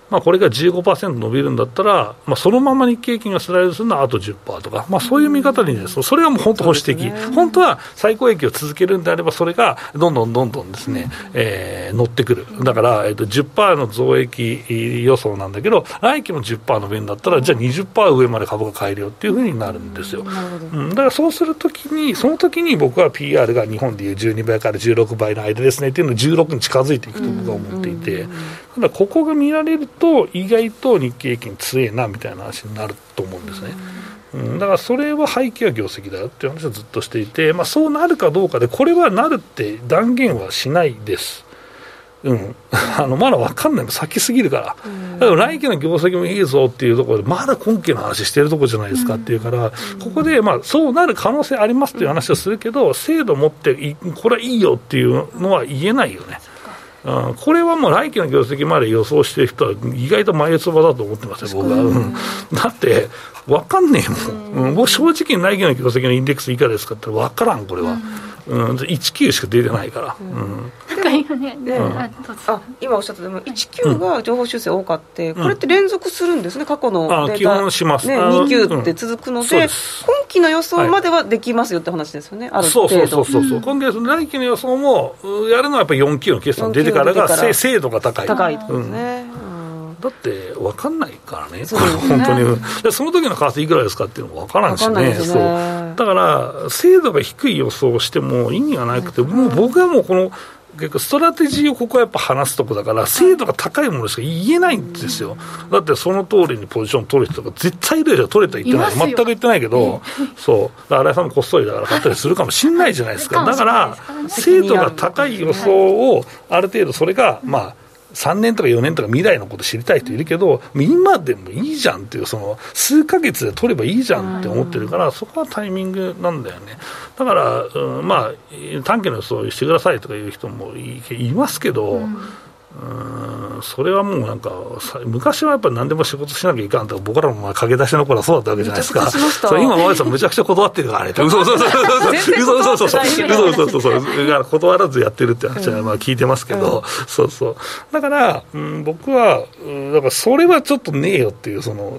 Speaker 1: まあ、これが じゅうごパーセント 伸びるんだったら、まあ、そのまま日経平均がスライドするのはあと じゅっパーセント とか、まあ、そういう見方にです、それはもう本当保守的、ね、本当は最高益を続けるんであれば、それがどんどんどんどんですね、えー、乗ってくる、だから、えー、と じゅっパーセント の増益予想なんだけど、来期も じゅっパーセント 伸びるんだったら、じゃあ にじゅっパーセント 上まで株が買えるよっていうふうになるんですよ。うん、だからそうするときに、その時に僕は ピーアール が日本でいうじゅうにばいからじゅうろくばいの間ですねっていうのをじゅうろくに近づいていくと僕は思っていて、ただここが見られると意外と日経平均強えなみたいな話になると思うんですね。うん、だからそれは背景は業績だよっていう話をずっとしていて、まあ、そうなるかどうかで、これはなるって断言はしないです。うん、あのまだ分かんないの先すぎるから、うん、だから来期の業績もいいぞっていうところでまだ今期の話してるところじゃないですかっていうから、うん、ここでまあそうなる可能性ありますっていう話をするけど、精度を持ってこれはいいよっていうのは言えないよね。うん、これはもう来期の業績まで予想している人は意外と前つばだと思ってますよ、僕は。うん、だって分かんねえもん、うん、僕正直に来期の業績のインデックスいかがですかって分からん、これは。うん、いちきゅうしか出てないから、うんうん、
Speaker 2: なんか今ね、ね、うん、あ今おっしゃったでもいちきゅうが情報修正多かって、うん、これって連続するんですね、過去のデータ、基本します、ね、にきゅうって続くので、うん、今期の予想まではできますよって話ですよね、はい、ある程度。そうそうそうそう、うん、今期の来期の予想もやるのはやっぱりよんきゅうの決算出てからが精度が高い高いですね、うん
Speaker 1: うん、だって分かんないからね、本当にでその時の為替いくらですかっていうのも分からんし ね, ねそうだから精度が低い予想をしても意味がなくて、もう僕はもうこの結構ストラテジーをここはやっぱ話すとこだから、精度が高いものしか言えないんですよ。だってその通りにポジション取る人とか絶対いるでしょ。取れたら言ってない、全く言ってないけど、そう新井さんもこっそりだから買ったりするかもしれないじゃないですか。だから精度が高い予想をある程度、それがまあさんねんとかよねんとか未来のこと知りたい人いるけど、今でもいいじゃんっていう、その数ヶ月で取ればいいじゃんって思ってるから、そこはタイミングなんだよね。だから、うん、まあ短期の予想してくださいとかいう人も い, いますけど、うんうん、それはもうなんか昔はやっぱり何でも仕事しなきゃいかんとか、僕らもまあ駆け出しの頃はそうだったわけじゃないですか。そう今マリさんむちゃくちゃ断ってるからあれって嘘嘘嘘嘘嘘嘘嘘嘘嘘嘘断らずやってるって話はまあ聞いてますけど、うん、そうそうだから、うん、僕はだからそれはちょっとねえよっていう、その、うん、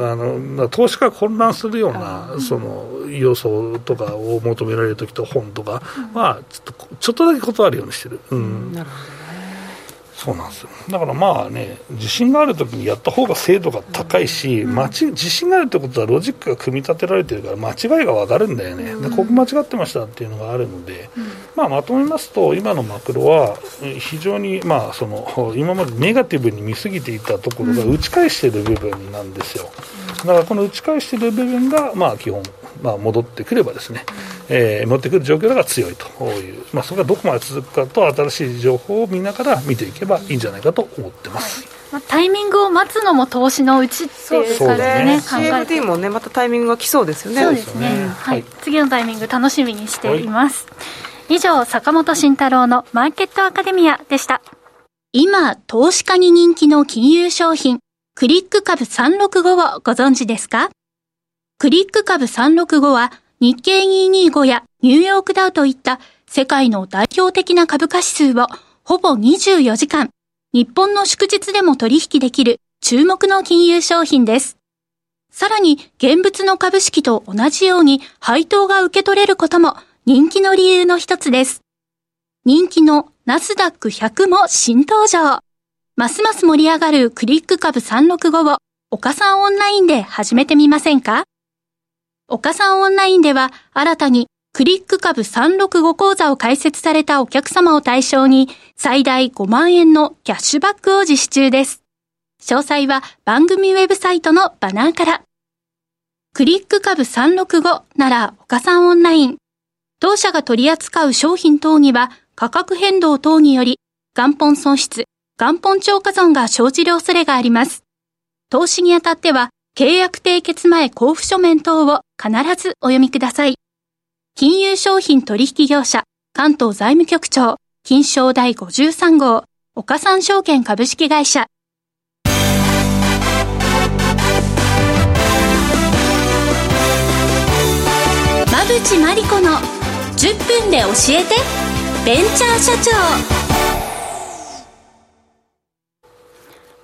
Speaker 1: あの投資家が混乱するような、うん、その予想とかを求められるときと本とかはちょっとちょっとだけ断るようにしてる。うん、なるほど。そうなんですよ。だからまあね、自信があるときにやった方が精度が高いし、間違自信があるってことはロジックが組み立てられてるから間違いが分かるんだよね。でここ間違ってましたっていうのがあるので、まあ、まとめますと今のマクロは非常にまあその今までネガティブに見すぎていたところが打ち返している部分なんですよ。だからこの打ち返している部分がまあ基本、まあ、戻ってくればですね、えー、戻ってくる状況が強いという、まあ、それがどこまで続くかと新しい情報を見ながら見ていけばいいんじゃないかと思ってます。
Speaker 3: まあ、タイミングを待つのも投資のうちっていう感じでね、
Speaker 2: シーエフディー もねまたタイミングが来そうですよね。
Speaker 3: そうですね、はいはい、次のタイミング楽しみにしています、はい、以上坂本慎太郎のマーケットアカデミアでした。今投資家に人気の金融商品クリック株さんろくごをご存知ですか？クリック株さんろくごは日経にひゃくにじゅうごやニューヨークダウといった世界の代表的な株価指数をほぼにじゅうよじかん、日本の祝日でも取引できる注目の金融商品です。さらに現物の株式と同じように配当が受け取れることも人気の理由の一つです。人気のナスダックひゃくも新登場。ますます盛り上がるクリック株さんろくごを岡さんオンラインで始めてみませんか？岡さんオンラインでは新たにクリック株さんろくご講座を開設されたお客様を対象に最大ごまんえんのキャッシュバックを実施中です。詳細は番組ウェブサイトのバナーから。クリック株さんろくごなら岡さんオンライン。当社が取り扱う商品等には価格変動等により元本損失、元本超過損が生じる恐れがあります。投資にあたっては契約締結前交付書面等を必ずお読みください。金融商品取引業者関東財務局長金商第ごじゅうさん号岡三証券株式会社。馬淵真理子のじゅっぷんで教えてベンチャー社長。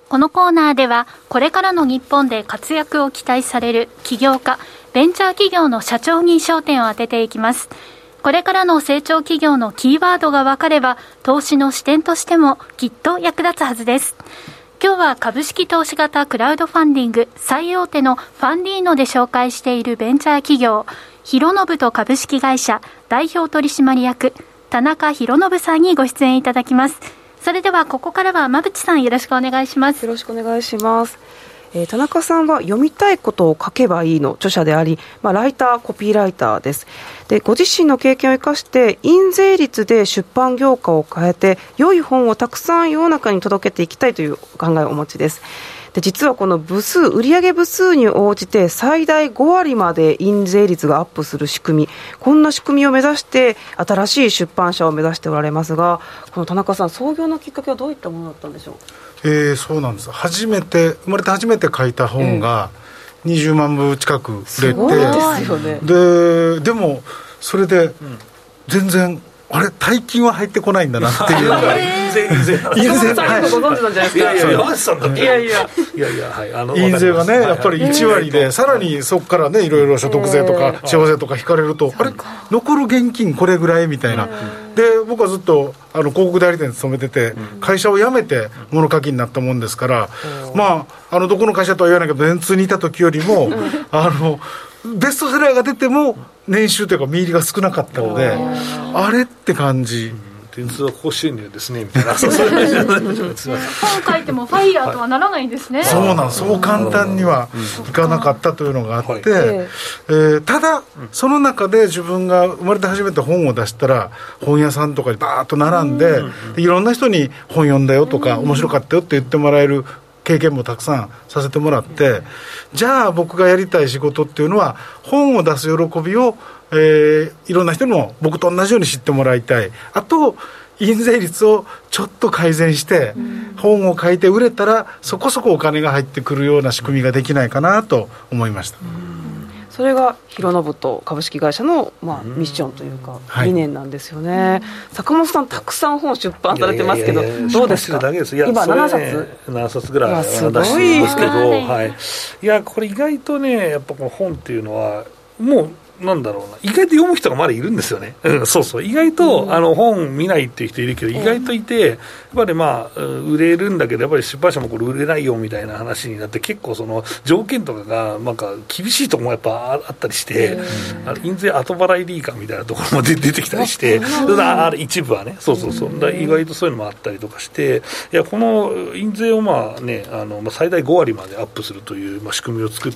Speaker 3: このコーナーではこれからの日本で活躍を期待される起業家、ベンチャー企業の社長に焦点を当てていきます。これからの成長企業のキーワードが分かれば投資の視点としてもきっと役立つはずです。今日は株式投資型クラウドファンディング最大手のファンディーノで紹介しているベンチャー企業、広信と株式会社代表取締役田中広信さんにご出演いただきます。それではここからは馬淵さん、よろしくお願いします。
Speaker 2: よろしくお願いします。えー、田中さんは読みたいことを書けばいいの著者であり、まあ、ライターコピーライターです。で、ご自身の経験を生かして印税率で出版業界を変えて良い本をたくさん世の中に届けていきたいという考えをお持ちです。で、実はこの部数、売上部数に応じて最大ごわりまで印税率がアップする仕組み、こんな仕組みを目指して新しい出版社を目指しておられますが、この田中さん、創業のきっかけはどういったものだったんでしょう。
Speaker 5: えー、そうなんです。初めて生まれて初めて書いた本がにじゅうまんぶ近く売れて、すごいですよね。で、でもそれで全然あれ大金は入ってこないんだなっていう印税印税印税
Speaker 2: はいご存知なんじゃないですか。いやいや山内さんだっていやいやいやいや、はい、あの
Speaker 5: 印税がねやっぱりいちわりで、さらにそこからねいろいろ所得税とか地方税とか引かれると、あれ残る現金これぐらいみたいな。で、僕はずっとあの広告代理店に勤めてて、会社を辞めて物書きになったもんですから、まああのどこの会社とは言わないけど電通にいた時よりもあのベストセラーが出ても年収というか見入りが少なかったので、あれって感じ。
Speaker 1: 電通は高収入ですねみたいなそうそういう
Speaker 3: 本書いてもファイヤーとはならないんですね。
Speaker 5: そうなん、そう簡単にはいかなかったというのがあって、はい、えー、ただその中で自分が生まれて初めて本を出したら本屋さんとかにバーッと並んで、でいろんな人に本読んだよとか面白かったよって言ってもらえる経験もたくさんさせてもらって、じゃあ僕がやりたい仕事っていうのは本を出す喜びを、えー、いろんな人にも僕と同じように知ってもらいたい。あと印税率をちょっと改善して本を書いて売れたらそこそこお金が入ってくるような仕組みができないかなと思いました。
Speaker 2: それが広信と株式会社の、まあ、ミッションというか理念なんですよね、はい、坂本さんたくさん本出版されてますけど、いやいやいやどうですか。
Speaker 1: です
Speaker 2: 今ななさつ
Speaker 1: ななさつぐらい出
Speaker 2: して
Speaker 1: ますけど、はい、いやこれ意外とねやっぱこの本っていうのはもうなんだろうな、意外と読む人がまだいるんですよね、うん、そうそう、意外と、うん、あの本見ないっていう人いるけど意外といて、やっぱりまあ売れるんだけどやっぱり出版社もこれ売れないよみたいな話になって、結構その条件とかがなんか厳しいところもやっぱあったりして、あの印税後払いでいいかみたいなところも出てきたりして、あれ一部はね、そうそうそう、だ意外とそういうのもあったりとかして、いやこの印税をまあねあの、まあ、最大ごわりまでアップするという、まあ、仕組みを作って、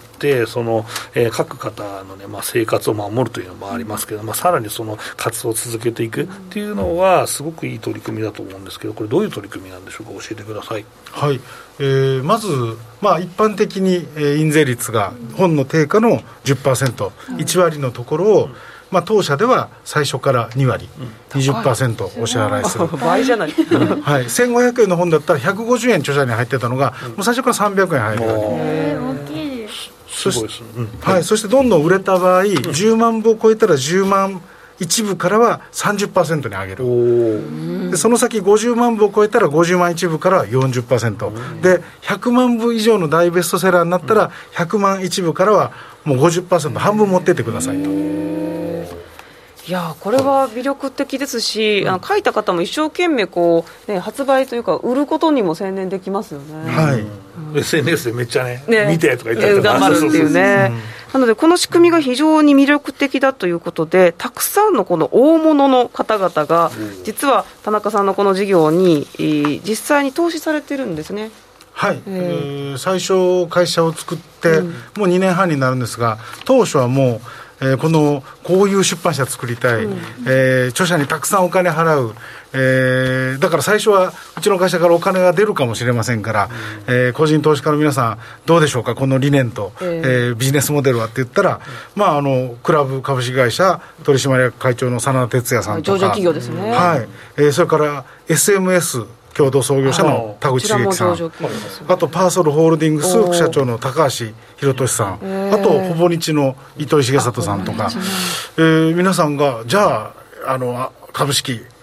Speaker 1: その、えー、各方のね、まあ、生活を守るというのもありますけど、まあ、さらにその活動を続けていくっていうのはすごくいい取り組みだと思うんですけど、これどういう取り組みなんでしょうか。教えてください。
Speaker 5: はい、えー、まず、まあ、一般的に、えー、印税率が本の定価の じゅっパーセント、いちわりのところを、まあ、当社では最初からにわり、うん、にじゅっパーセント お支払いする
Speaker 2: 倍じゃない、
Speaker 5: はい、せんごひゃくえんの本だったらひゃくごじゅうえん著者に入ってたのが、うん、もう最初からさんびゃくえん入るように、
Speaker 3: えー、大きい。
Speaker 5: そして、うん、はい、そしてどんどん売れた場合、うん、じゅうまんぶを超えたらじゅうまん一部からは さんじゅっパーセント に上げる。でその先ごじゅうまんぶを超えたらごじゅうまん一部からは よんじゅっパーセント でひゃくまんぶ以上の大ベストセラーになったらひゃくまん一部からはもう ごじゅっパーセント 半分持ってってくださいと。
Speaker 2: いやこれは魅力的ですし、うん、あの書いた方も一生懸命こう、ね、発売というか売ることにも専念できますよね、
Speaker 5: はい、
Speaker 1: うん、エスエヌエス でめっちゃ ね, ね見てとか言ったりとか
Speaker 2: 頑張るっていうね、なのでこの仕組みが非常に魅力的だということで、たくさんのこの大物の方々が実は田中さんのこの事業に、えー、実際に投資されてるんですね。
Speaker 5: はい、えー、最初会社を作って、うん、もうにねんはんになるんですが、当初はもうえー、このこういう出版社作りたい、うん、えー、著者にたくさんお金払う、えー、だから最初はうちの会社からお金が出るかもしれませんから、うん、えー、個人投資家の皆さんどうでしょうか、この理念と、えーえー、ビジネスモデルはって言ったら、うん、まあ、あのクラブ株式会社取締役会長の真田哲也さんとか、
Speaker 2: 上場企業ですね、
Speaker 5: はい、えー、それから エスエムエス共同創業者の田口茂樹さん、あとパーソルホールディングス副社長の高橋博俊さん、あとほぼ日の糸井重里さんとか、えー、皆さんがじゃあ、あの株式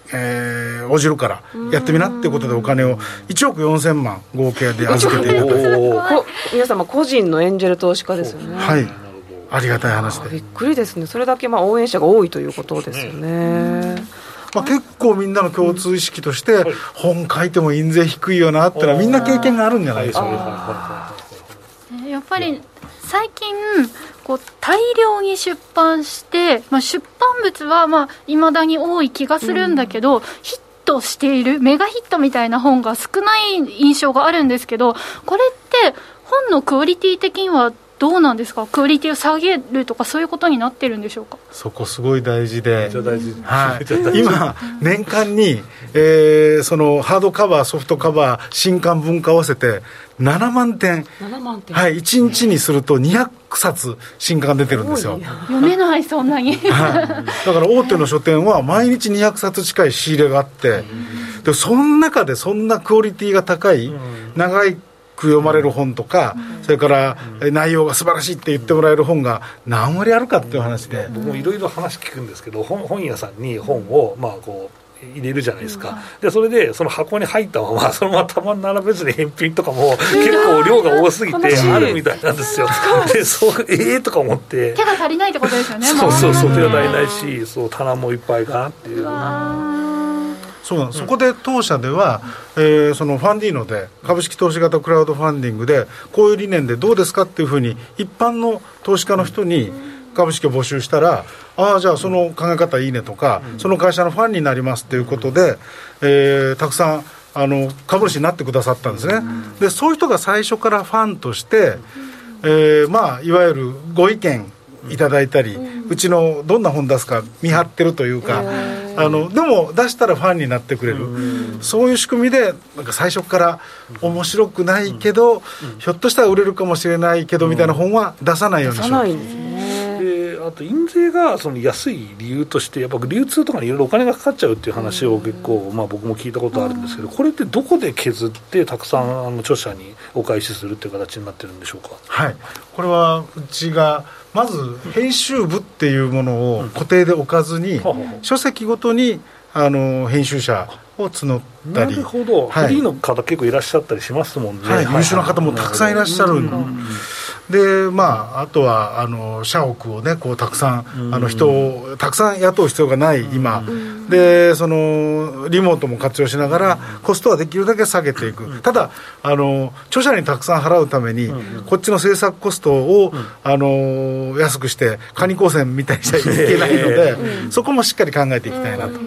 Speaker 5: えー、応じるからやってみなっていうことでお金をいちおくよんせんまん合計で預けていただいて
Speaker 2: 皆様個人のエンジェル投資家ですよね。
Speaker 5: はい、ありがたい話で
Speaker 2: びっくりですね。それだけまあ応援者が多いということですよね。
Speaker 5: まあ、結構みんなの共通意識として、うん、本書いても印税低いよなってのはみんな経験があるんじゃないですか。
Speaker 3: やっぱり最近こう大量に出版して、まあ、出版物はまあ未だに多い気がするんだけど、うん、ヒットしているメガヒットみたいな本が少ない印象があるんですけど、これって本のクオリティ的にはどうなんですか？クオリティを下げるとかそういうことになってるんでしょうか？
Speaker 5: そこすごい大事で、
Speaker 1: 大事、
Speaker 5: はい、今年間に、えー、そのハードカバーソフトカバー新刊文化合わせてななまんてん、
Speaker 2: ななまんてん、
Speaker 5: はい、いちにちにするとにひゃくさつ新刊が出てるんですよ。
Speaker 3: 読めないそんなに、
Speaker 5: はい、だから大手の書店は毎日にひゃくさつ近い仕入れがあって、でその中でそんなクオリティが高い長い読まれる本とか、うん、それから内容が素晴らしいって言ってもらえる本が何割あるかっていう話で、
Speaker 1: 僕もいろいろ話聞くんですけど、本, 本屋さんに本をまあこう入れるじゃないですか、うん、でそれでその箱に入ったままそのまま束並べずに返品とかも結構量が多すぎてあるみたいなんですよ。でそうえーとか思って
Speaker 3: 手が足りないってことですよね。
Speaker 1: そうそうそう、手が足りないし、そう棚もいっぱいかなっていう。
Speaker 5: そうなん、そこで当社では、えー、そのファンディーノで株式投資型クラウドファンディングでこういう理念でどうですかっていうふうに一般の投資家の人に株式を募集したら、ああじゃあその考え方いいねとか、その会社のファンになりますということで、えー、たくさんあの株主になってくださったんですね。でそういう人が最初からファンとして、えー、まあいわゆるご意見いただいたり、うちのどんな本出すか見張ってるというか、あのでも出したらファンになってくれる、そういう仕組みでなんか最初から面白くないけど、ひょっとしたら売れるかもしれないけどみたいな本は出さないようにしよう。
Speaker 2: 出さないんですね。
Speaker 1: であと印税がその安い理由としてやっぱ流通とかにいろいろお金がかかっちゃうっていう話を結構、まあ、僕も聞いたことあるんですけど、これってどこで削ってたくさんあの著者にお返しするっていう形になってるんでしょうか？
Speaker 5: はい、これはうちがまず編集部っていうものを固定で置かずに、うん、書籍ごとにあの編集者を募ったり。
Speaker 1: なるほど、はい、フリーの方結構いらっしゃったりしますもんね、
Speaker 5: はい、優秀な方もたくさんいらっしゃる、うん、でまああとはあの社屋をねこうたくさん、うん、あの人をたくさん雇う必要がない今、うん、でそのリモートも活用しながらコストはできるだけ下げていく、うん、ただあの著者にたくさん払うために、うん、こっちの制作コストを、うん、あの安くしてカニ光線みたいにしちゃいけないので、うん、そこもしっかり考えていきたいなと、うん、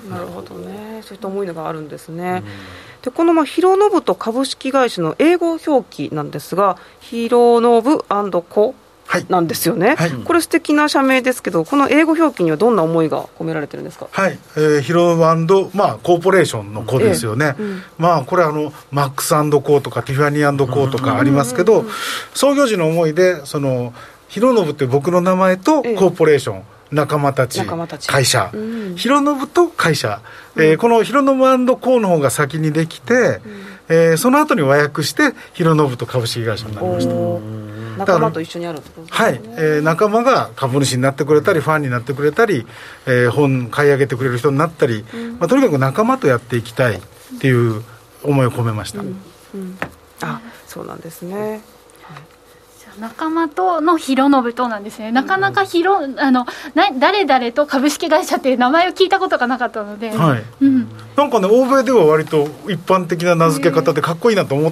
Speaker 2: なるほどね、そういった思いがあるんですね、うん、でこのまあヒロノブと株式会社の英語表記なんですが、ヒロノブ&コなんですよね、はい、これ素敵な社名ですけど、この英語表記にはどんな思いが込められてるんですか？
Speaker 5: はい、えー、ヒロノブ&、まあ、コーポレーションのコですよね、えーうん、まあこれあのマックス&コーとかティファニー&コーとかありますけど、うんうんうん、創業時の思いでそのヒロノブって僕の名前とコーポレーション、えー仲間たち、仲間たち会社、うん、ヒロノブと会社、うんえー、このヒロノブ&コーの方が先にできて、うんえー、その後に和訳してヒロノブと株式会社になりました。
Speaker 2: 仲間と一緒にあるってことですね。
Speaker 5: はい、えー、仲間が株主になってくれたりファンになってくれたり、えー、本買い上げてくれる人になったり、うんまあ、とにかく仲間とやっていきたいっていう思いを込めました、うんうん、
Speaker 2: あ、そうなんですね。
Speaker 3: 仲間とのヒロノブとなんですね。なかなかヒロ、あのな誰々と株式会社っていう名前を聞いたことがなかったので、
Speaker 5: はいうん、なんかね欧米では割と一般的な名付け方でかっこいいなと思って、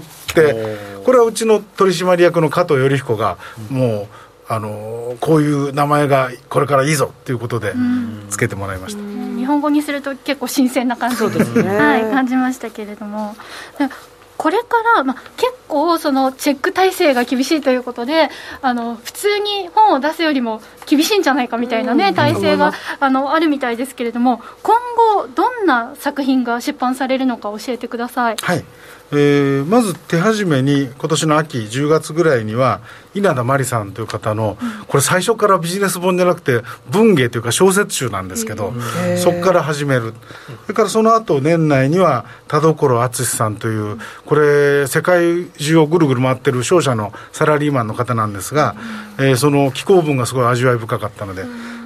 Speaker 5: これはうちの取締役の加藤頼彦がもうあのこういう名前がこれからいいぞということでつけてもらいました、うん、
Speaker 3: 日本語にすると結構新鮮な感じ
Speaker 2: そうですね、
Speaker 3: はい、感じましたけれども、これから、まあ、結構そのチェック体制が厳しいということで、あの普通に本を出すよりも厳しいんじゃないかみたいな、ね、体制があのあるみたいですけれども、今後どんな作品が出版されるのか教えてください。
Speaker 5: はい、えー、まず手始めに今年の秋じゅうがつぐらいには稲田真理さんという方の、うん、これ最初からビジネス本じゃなくて文芸というか小説集なんですけど、そこから始める。それからその後年内には田所敦さんというこれ世界中をぐるぐる回ってる商社のサラリーマンの方なんですが、うんえー、その寄稿文がすごい味わい深かったので、うん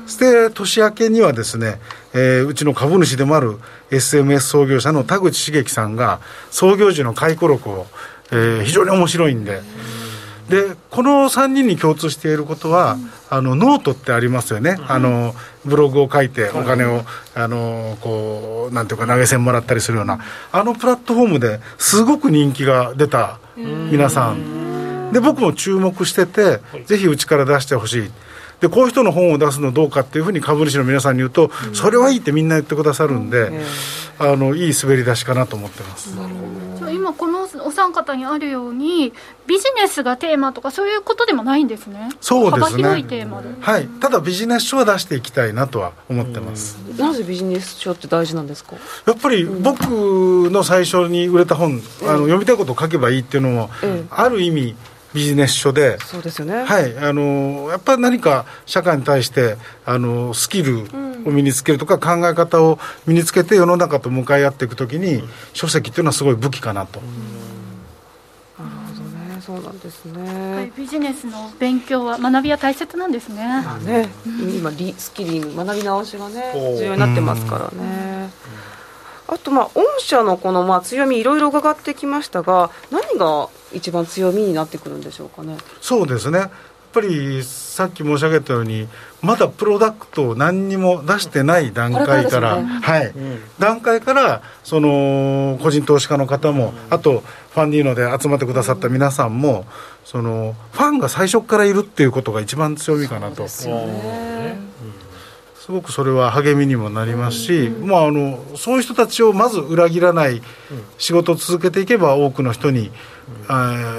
Speaker 5: そして年明けにはですね、えー、うちの株主でもある エスエムエス 創業者の田口茂樹さんが創業時の回顧録を、えー、非常に面白いんで、でこのさんにんに共通していることは、うん、あのノートってありますよね、うん、あのブログを書いてお金を、うん、あのこうなんていうか投げ銭もらったりするようなあのプラットフォームですごく人気が出た皆さんで、僕も注目してて、ぜひうちから出してほしい。でこういう人の本を出すのどうかっていうふうに株主の皆さんに言うと、うん、それはいいってみんな言ってくださるんで、うん、あのいい滑り出しかなと思ってます。なるほ
Speaker 3: ど。じゃあ今このお三方にあるようにビジネスがテーマとかそういうことでもないんですね。
Speaker 5: そうですね、
Speaker 3: 幅広いテーマで、
Speaker 5: はい、ただビジネス書は出していきたいなとは思ってます。
Speaker 2: なぜビジネス書って大事なんですか？
Speaker 5: やっぱり僕の最初に売れた本、うん、あの読みたいことを書けばいいっていうのも、うん、ある意味ビジネス書で、
Speaker 2: そうですよね、
Speaker 5: はい、あのやっぱり何か社会に対してあのスキルを身につけるとか、考え方を身につけて世の中と向かい合っていくときに、うん、書籍っていうのはすごい武器かなと。
Speaker 2: うん、なるほどね、そうなんですね、
Speaker 3: はい、ビジネスの勉強は学びは大切なんですね。
Speaker 2: まあね、うん、今リスキリング学び直しがね重要になってますからね。あとまあ御社のこのまあ強みいろいろ伺ってきましたが、何が一番強みになってくるんでしょうかね。
Speaker 5: そうですね、やっぱりさっき申し上げたようにまだプロダクトを何にも出してない段階から、ね、はい、うん、段階からその個人投資家の方も、うん、あとファンディーノで集まってくださった皆さんも、そのファンが最初からいるっていうことが一番強みかなと。そうですよね、すごくそれは励みにもなりますし、うん、まあ、あのそういう人たちをまず裏切らない仕事を続けていけば多くの人に、うん、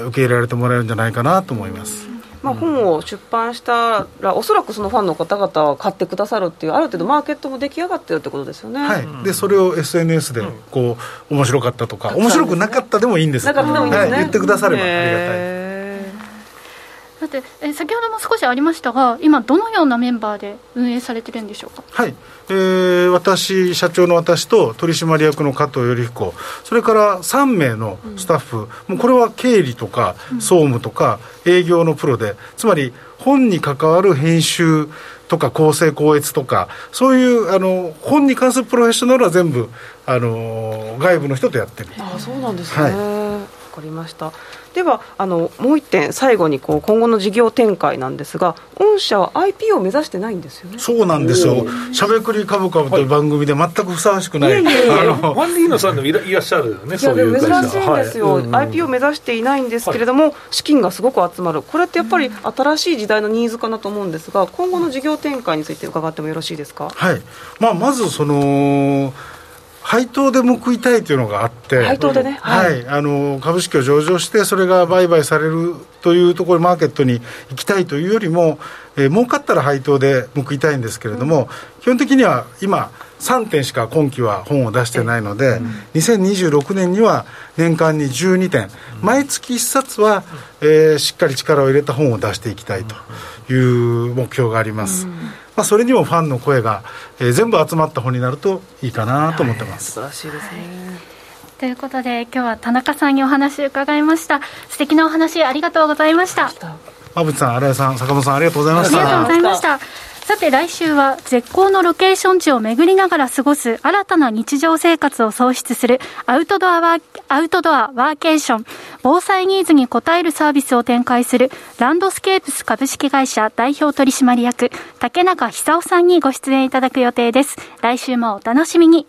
Speaker 5: 受け入れられてもらえるんじゃないかなと思います。うん、
Speaker 2: まあ、本を出版したらおそらくそのファンの方々は買ってくださるっていう、ある程度マーケットも出来上がってるってことですよね。
Speaker 5: はい、でそれを エスエヌエス でこう面白かったとか、面白くなかったでもいいんです。
Speaker 2: なかったでもいいんですね、
Speaker 5: はい、言ってくださればありがたい。
Speaker 3: だってえ先ほども少しありましたが、今どのようなメンバーで運営されてるんでしょうか。
Speaker 5: はい、えー、私社長の私と取締役の加藤頼彦、それからさんめいのスタッフ、うん、もうこれは経理とか総務とか営業のプロで、つまり本に関わる編集とか構成校閲とか、そういうあの本に関するプロフェッショナルは全部あの外部の人とやってる。
Speaker 2: ああ、そうなんですね、はい、分かりました。ではあのもう一点最後にこう今後の事業展開なんですが、御社は アイピーオー を目指してないんですよね。
Speaker 5: そうなんですよ。しゃべくりカブカブという番組で全くふさわしくない、はい、
Speaker 1: いやいやいやファンディーノさんでもい ら, いらっしゃるよね。そういう会社
Speaker 2: 珍しいんですよ、はい、アイピーオー を目指していないんですけれども、はい、資金がすごく集まる。これってやっぱり新しい時代のニーズかなと思うんですが、今後の事業展開について伺ってもよろしいですか。
Speaker 5: はい、まあ、まずその配当で報いたいというのがあって、
Speaker 2: 配当でね、
Speaker 5: はいはい、あの株式を上場してそれが売買されるというところ、マーケットに行きたいというよりも、えー、儲かったら配当で報いたいんですけれども、うん、基本的には今さんてんしか今期は本を出してないので、うん、にせんにじゅうろくねんには年間にじゅうにてん、うん、毎月いっさつは、えー、しっかり力を入れた本を出していきたいという目標があります。うん、まあ、それにもファンの声が、えー、全部集まった本になるといいかなと思ってます。
Speaker 2: はい、素晴らしいですね。はい、
Speaker 3: ということで今日は田中さんにお話を伺いました。素敵なお話ありがとうございました。
Speaker 5: 馬渕さん、新井さん、坂本さん、ありがとうございました。
Speaker 3: ありがとうございました。さて来週は絶好のロケーション地を巡りながら過ごす新たな日常生活を創出するアウトドアワー、アウトドアワーケーション、防災ニーズに応えるサービスを展開するランドスケープス株式会社代表取締役竹中久夫さんにご出演いただく予定です。来週もお楽しみに。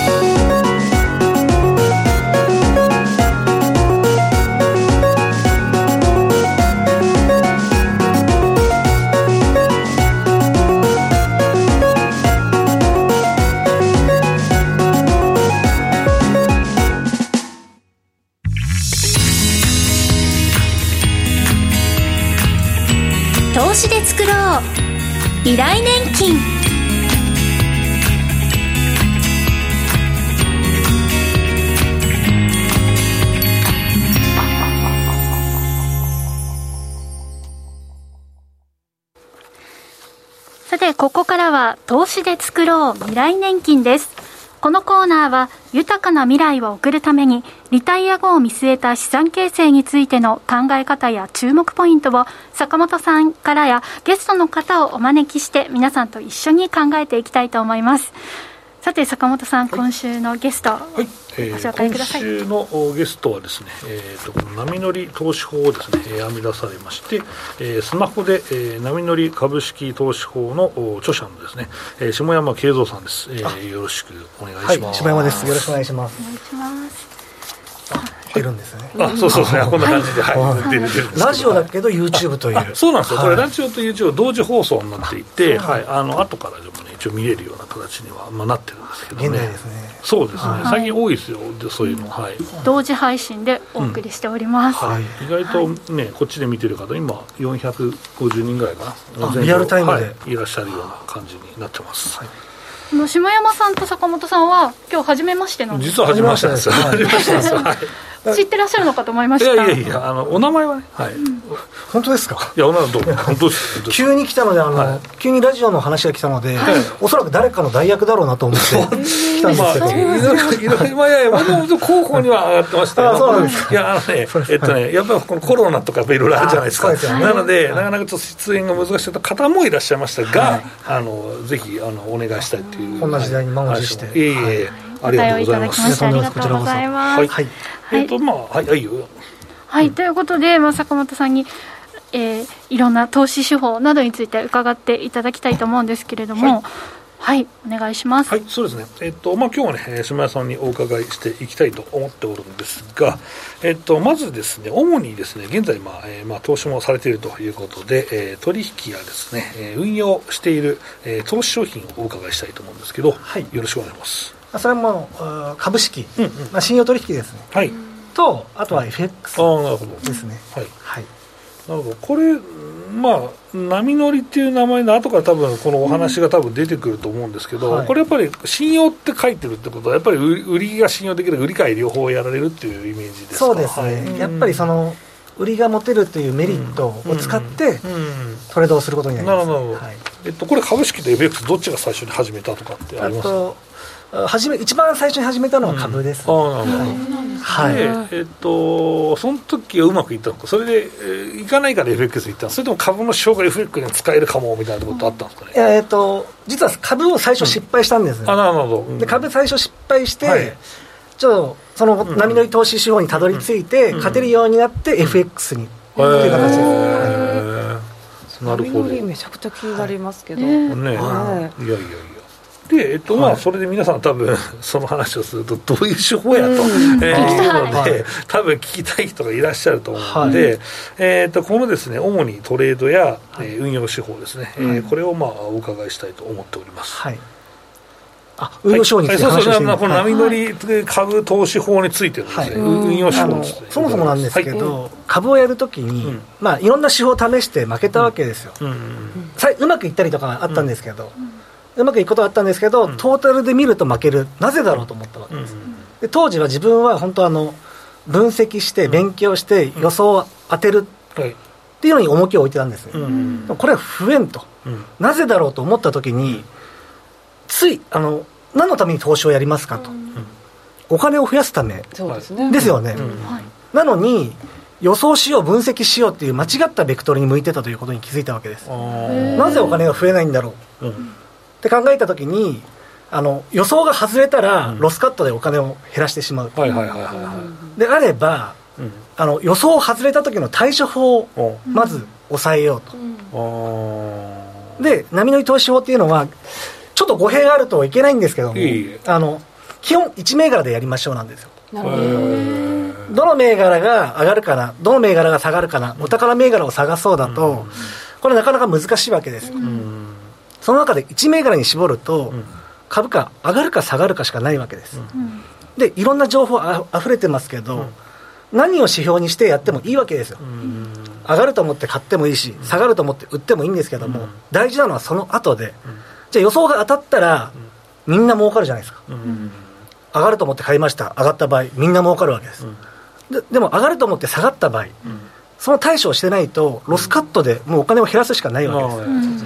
Speaker 4: 投資で作ろう未来年金。
Speaker 3: さてここからは投資で作ろう未来年金です。 このコーナーは豊かな未来を送るためにリタイア後を見据えた資産形成についての考え方や注目ポイントを坂本さんからやゲストの方をお招きして皆さんと一緒に考えていきたいと思います。さて坂本さん、はい、今週のゲスト、はいえー、ご紹介ください。
Speaker 1: 今週のゲストはですね、えー、とこの波乗り投資法をですね、えー、編み出されまして、えー、スマホで、えー、波乗り株式投資法の著者のですね、えー、下山慶三さんです、えー、よろしくお願いします。
Speaker 6: はい、下山です。よろしくお願いします。
Speaker 3: お願いします。
Speaker 6: 出るんですね。
Speaker 1: あ、そうそうですね。こんな感じで、はいはい、出る出るんです。
Speaker 6: ラジオだけど YouTube という。
Speaker 1: そうなんですよ。これラジオと YouTube 同時放送になっていて、はい、あの後からでもね一応見れるような形にはまあなってるんですけどね。
Speaker 6: 現代ですね。
Speaker 1: そうですね。最近多いですよ。そういうの、はい。
Speaker 3: 同時配信でお送りしております。
Speaker 1: うんはい、意外とね、こっちで見てる方今よんひゃくごじゅうにんぐらいかな。
Speaker 6: リアルタイムで、
Speaker 1: はい、いらっしゃるような感じになってます。はい。
Speaker 3: 下山さんと坂本さんは今日初めましてなんです。
Speaker 1: 実は初めましてです。初めましてです。はい。
Speaker 3: 知ってらっしゃるのかと思いました。
Speaker 1: いやいやいや、あのお名前はね、はい、うん、
Speaker 6: 本当ですか。
Speaker 1: いや、お名前どう本当です。
Speaker 6: 急に来たので、あの、はい、急にラジオの話が来たので、はい、おそらく誰かの代役だろうなと思って来たんですけど、まあ、いろい
Speaker 1: ろまあいやいや、もともと候補には上がってましたよ。あ、そうなんですか。いや、あのね、えっとね、やっぱりこのコロナとかいろいろあるじゃないですか。ですよね、なので、なかなかちょっと出演が難しい方もいらっしゃいましたが、はい、あのぜひあのお願いしたいという。
Speaker 6: こんな時代に満を持して。
Speaker 1: いえいえ、ありがとうございます。
Speaker 3: ありがとうございます。
Speaker 1: はい。えっとまあはいはいよ。
Speaker 3: はい、ということで、まあ、坂本さんに、えー、いろんな投資手法などについて伺っていただきたいと思うんですけれども、はい、はい、お願いします。
Speaker 1: はい、そうですね。えっとまあ今日はね、下山さんにお伺いしていきたいと思っておるんですが、えっとまずですね、主にですね、現在まあ、えー、まあ投資もされているということで、えー、取引やですね、えー、運用している、えー、投資商品をお伺いしたいと思うんですけど、はい、よろしくお願いします。
Speaker 6: それはもう株式、うんうん、まあ、信用取引ですね、はい、とあとは エフエックスですね。
Speaker 1: はい、はい、なるほど。これまあ波乗りっていう名前の後から多分このお話が多分出てくると思うんですけど、うん、はい、これやっぱり信用って書いてるってことはやっぱり売りが信用できる、売り買い両方やられるっていうイメージですか。
Speaker 6: そうですね、はい、やっぱりその売りが持てるというメリットを使ってトレードをすることになります。なるほど、はい、
Speaker 1: えっと、これ株式と エフエックス どっちが最初に始めたとかってありますか。
Speaker 6: 始め一番最初に始めたのは株です、うん、ああ、なるほど、はい、で、
Speaker 1: えっと、その時はうまくいったのか、それで、えー、いかないから エフエックス いったの、それとも株の証が エフエックス に使えるかもみたいなことあったんですかね。
Speaker 6: いや、えっと、実は株を最初失敗したんです、ね、
Speaker 1: うん、あ、なるほど、うん、
Speaker 6: で株最初失敗して、はい、ちょっとその波乗り投資手法にたどり着いて、うん、勝てるようになって エフエックス に、うん、という形です、
Speaker 2: はい、なるほど。波乗りめちゃくちゃ気になりますけど、はい、ね、
Speaker 1: はい、いやいやいやで、えっとまあ、それで皆さん多分その話をするとどういう手法やと、うん、えー、いうので多分聞きたい人がいらっしゃると思うので、はい、えー、とこのですね、主にトレードや、はい、えー、運用手法ですね、はい、えー、これをまあお伺いしたいと思っております。はい、
Speaker 6: あ、運用手法について話をしています。
Speaker 1: はい、そうそう、この波乗り株投資法についてのですね、はい、運用手法ですね。
Speaker 6: そもそもなんですけど、はい、株をやるときに、うん、まあ、いろんな手法を試して負けたわけですよ、うんうんうん、うまくいったりとかあったんですけど、うんうん、うまくいくことはあったんですけど、うん、トータルで見ると負ける、なぜだろうと思ったわけです、うん、で当時は自分は本当あの分析して勉強して予想を当てるっていうのに重きを置いてたんですね、うん、でもこれは不縁と、うん、なぜだろうと思った時についあの何のために投資をやりますかと、うん、お金を増やすためですよね、うんうん、なのに予想しよう分析しようっていう間違ったベクトルに向いてたということに気づいたわけです。なぜお金が増えないんだろう、うん、って考えたときに、あの予想が外れたらロスカットでお金を減らしてしまう、はいはいはいはい、であれば、うん、あの予想外れた時の対処法をまず抑えようと、うん、で波乗り投資法っていうのはちょっと語弊があるといけないんですけども、いいあの基本いち銘柄でやりましょうなんですよ。なるほど。どの銘柄が上がるかな、どの銘柄が下がるかな、お宝銘柄を探そうだと、うん、これなかなか難しいわけですよ、うん、その中でいち銘柄に絞ると、うん、株価上がるか下がるかしかないわけです、うん、でいろんな情報あ溢れてますけど、うん、何を指標にしてやってもいいわけですよ、うん、上がると思って買ってもいいし、下がると思って売ってもいいんですけども、うん、大事なのはその後で、うん、じゃあ予想が当たったら、うん、みんな儲かるじゃないですか、うん、上がると思って買いました、上がった場合みんな儲かるわけです、うん、で, でも上がると思って下がった場合、うん、その対処をしてないとロスカットでもうお金を減らすしかないわけです、うん、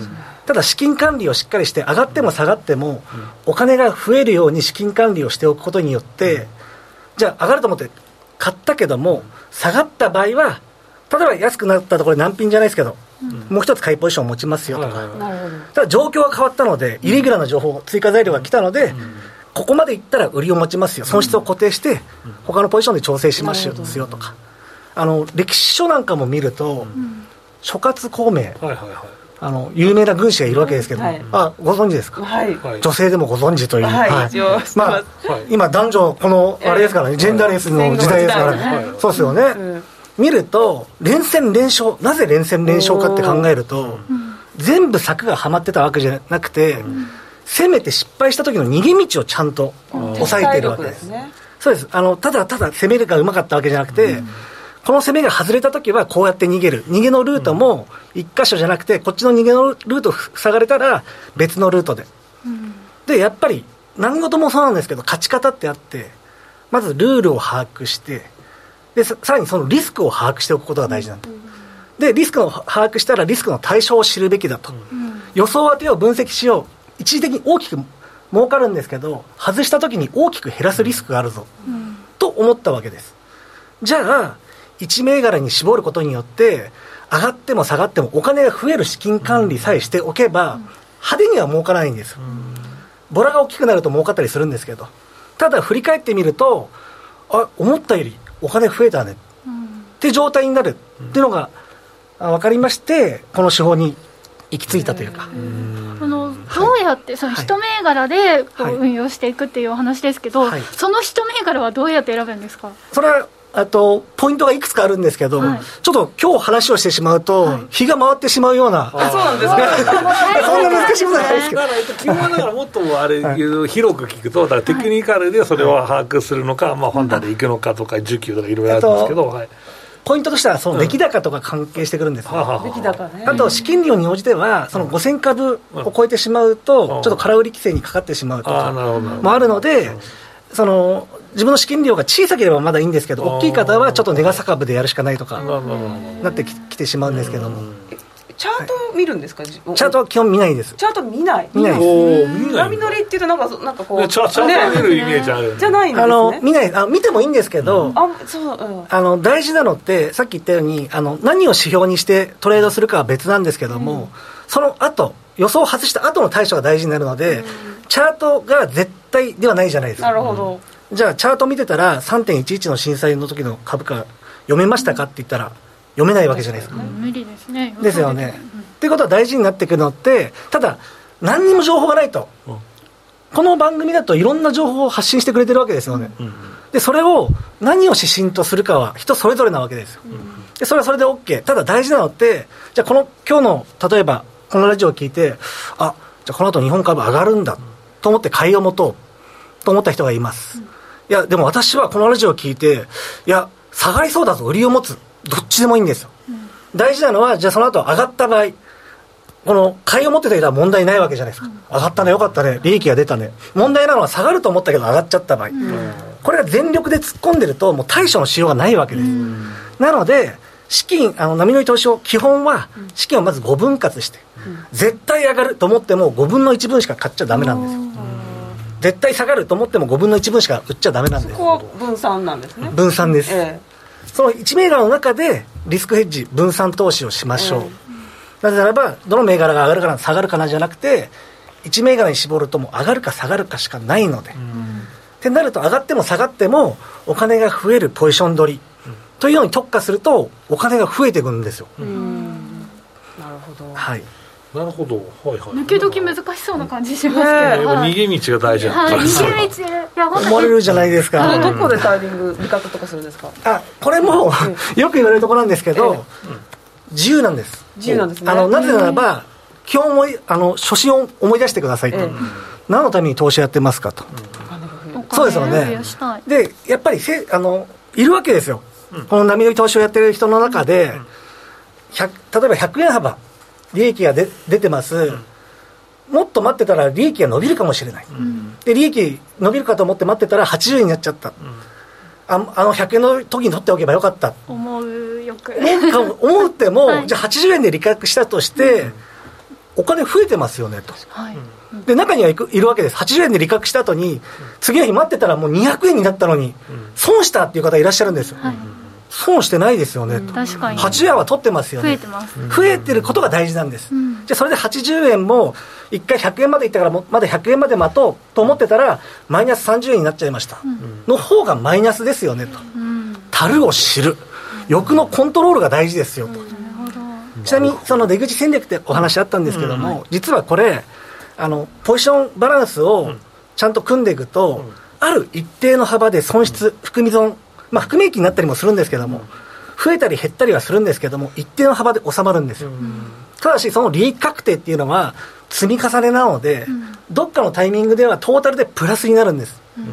Speaker 6: ただ資金管理をしっかりして上がっても下がってもお金が増えるように資金管理をしておくことによって、じゃあ上がると思って買ったけども下がった場合は例えば安くなったところで難品じゃないですけど、もう一つ買いポジションを持ちますよとか、ただ状況が変わったのでイレギュラーな情報追加材料が来たので、ここまでいったら売りを持ちますよ、損失を固定して他のポジションで調整しますよとか、あの歴史書なんかも見ると、諸葛孔明、あの有名な軍師がいるわけですけど、はい、あご存知ですか、はい、女性でもご存知という、はいはいまあ、今男女このあれですからね、えー、ジェンダーレスの時代ですからね、はい、そうですよね、うん、見ると連戦連勝、なぜ連戦連勝かって考えると、全部策がはまってたわけじゃなくて、うん、攻めて失敗した時の逃げ道をちゃんと抑えているわけです、うん、そうです。あのただただ攻めるがうまかったわけじゃなくて、うん、この攻めが外れたときはこうやって逃げる、逃げのルートも一箇所じゃなくて、こっちの逃げのルート塞がれたら別のルートで、うん、でやっぱり何事もそうなんですけど勝ち方ってあって、まずルールを把握して、で さ, さらにそのリスクを把握しておくことが大事なんだ、うん、でリスクを把握したらリスクの対象を知るべきだと、うん、予想当てを分析しよう、一時的に大きく儲かるんですけど外したときに大きく減らすリスクがあるぞ、うん、と思ったわけです。じゃあいち銘柄に絞ることによって上がっても下がってもお金が増える資金管理さえしておけば派手には儲からないんですよ。ボラが大きくなると儲かったりするんですけど、ただ振り返ってみるとあ思ったよりお金増えたねって状態になるっていうのが分かりまして、この手法に行き着いたというか、
Speaker 3: あのどうやってその一銘柄でこう運用していくっていうお話ですけど、はいはい、その一銘柄はどうやって選ぶんですか？
Speaker 6: それはあとポイントがいくつかあるんですけど、はい、ちょっと今日話をしてしまうと、はい、日が回ってしまうような、
Speaker 2: あそうなんですね
Speaker 6: そんな難しいことないですけど、
Speaker 1: だから基本はだからもっとあれ、はい、広く聞くとだからテクニカルでそれを把握するのか、はいまあ、ファンダでいくのかとか需給とかいろいろあるんですけど、はい、
Speaker 6: ポイントとしてはその出来高とか関係してくるんです、うん、
Speaker 2: 出来高ね。
Speaker 6: あと資金量に応じてはそのごせんかぶを超えてしまうと、うん、ちょっと空売り規制にかかってしまうとかもあるので、その自分の資金量が小さければまだいいんですけど、大きい方はちょっと値が高ぶでやるしかないとかなってきてしまうんですけども、
Speaker 2: チャート見るんですか？チ
Speaker 6: ャートは基本見ないです。
Speaker 2: チャート見ない
Speaker 6: 見ないです。
Speaker 2: 波乗りっていうとなんかなんかこう
Speaker 1: チャート見るイメージある、
Speaker 2: ね、じゃないんですね。
Speaker 6: あの見ないあ見てもいいんですけど、うん、
Speaker 2: あそう、うん、
Speaker 6: あの大事なのってさっき言ったようにあの何を指標にしてトレードするかは別なんですけども、うん、その後予想を外した後の対処が大事になるので、うん、チャートが絶対ではないじゃないですか。
Speaker 2: なるほど。
Speaker 6: じゃあチャート見てたら さんてんいちいち の震災の時の株価読めましたかって言ったら読めないわけじゃないですか、
Speaker 3: うん、無理ですね。
Speaker 6: ですよね、うん、っていうことは大事になってくるのって、ただ何にも情報がないと、うん、この番組だといろんな情報を発信してくれてるわけですよね、うん、でそれを何を指針とするかは人それぞれなわけですよ、うん、でそれはそれで OK。 ただ大事なのってじゃあこの今日の例えばこのラジオを聞いてあじゃあこの後日本株上がるんだと思って買いを持とうと思った人がいます、うん、いやでも私はこのラジオを聞いていや下がりそうだと売りを持つ、どっちでもいいんですよ、うん、大事なのはじゃあその後上がった場合この買いを持ってた人は問題ないわけじゃないですか、うん、上がったねよかったね利益が出たね。問題なのは下がると思ったけど上がっちゃった場合、うん、これが全力で突っ込んでるともう対処のしようがないわけです、うん、なので資金あの波乗り投資を基本は資金をまずご分割して、うん、絶対上がると思ってもごぶんのいちぶんしか買っちゃダメなんですよ、うん、絶対下がると思ってもごぶんのいちぶんしか売っちゃダメなんです。
Speaker 2: そこは分散なんですね。
Speaker 6: 分散です、
Speaker 2: ええ、
Speaker 6: そのいち銘柄の中でリスクヘッジ分散投資をしましょう、ええ、なぜならばどの銘柄が上がるかな下がるかなじゃなくていち銘柄に絞るともう上がるか下がるかしかないので、うん、ってなると上がっても下がってもお金が増えるポジション取り、うん、というのに特化するとお金が増えていくんですよ、うん、
Speaker 2: なるほど、
Speaker 6: はい、
Speaker 1: なるほど、はいはい、
Speaker 3: 抜け時難しそうな感じしますけど、
Speaker 1: ね、逃げ道が大事だった、
Speaker 3: はい、逃げ道いや
Speaker 6: 思われるじゃないですか、
Speaker 2: うん、どこでタイミング見方とかするんですか？
Speaker 6: あこれも、うん、よく言われるところなんですけど、ええ、自由なんです。
Speaker 2: 自由なんですね。
Speaker 6: あのなぜならば、うん、基本をあの初心を思い出してくださいと、うん、何のために投資やってますかと、うん、そうですよね。でやっぱりせあのいるわけですよ、うん、この波乗り投資をやってる人の中で、うん、例えばひゃくえん幅利益がで出てます、うん、もっと待ってたら利益が伸びるかもしれない、うん、で利益伸びるかと思って待ってたらはちじゅうえんになっちゃった、うん、あ, あのひゃくえんの時に取っておけばよかった
Speaker 3: 思うよく
Speaker 6: 思うっても、はい、じゃあはちじゅうえんで利確したとして、うん、 お金増えてますよねと、はい、で中にはいくいるわけです。はちじゅうえんで利確した後に次の日待ってたらもうにひゃくえんになったのに損したっていう方いらっしゃるんですよ、はい、損してないですよねと。
Speaker 3: 確かに
Speaker 6: はちじゅうえんは取ってますよね。
Speaker 3: 増えてます。
Speaker 6: 増えてることが大事なんです、うん、じゃあそれではちじゅうえんもいっかいひゃくえんまでいったからもまだひゃくえんまで待とうと思ってたらマイナスさんじゅうえんになっちゃいました、うん、の方がマイナスですよねと、うん、樽を知る、欲のコントロールが大事ですよと、うん、ちなみにその出口戦略ってお話あったんですけども、うん、実はこれあのポジションバランスをちゃんと組んでいくと、うん、ある一定の幅で損失、含み損、まあ、含み益になったりもするんですけども、増えたり減ったりはするんですけども一定の幅で収まるんですよ、うん、ただしその利益確定っていうのは積み重ねなので、うん、どっかのタイミングではトータルでプラスになるんです、うん、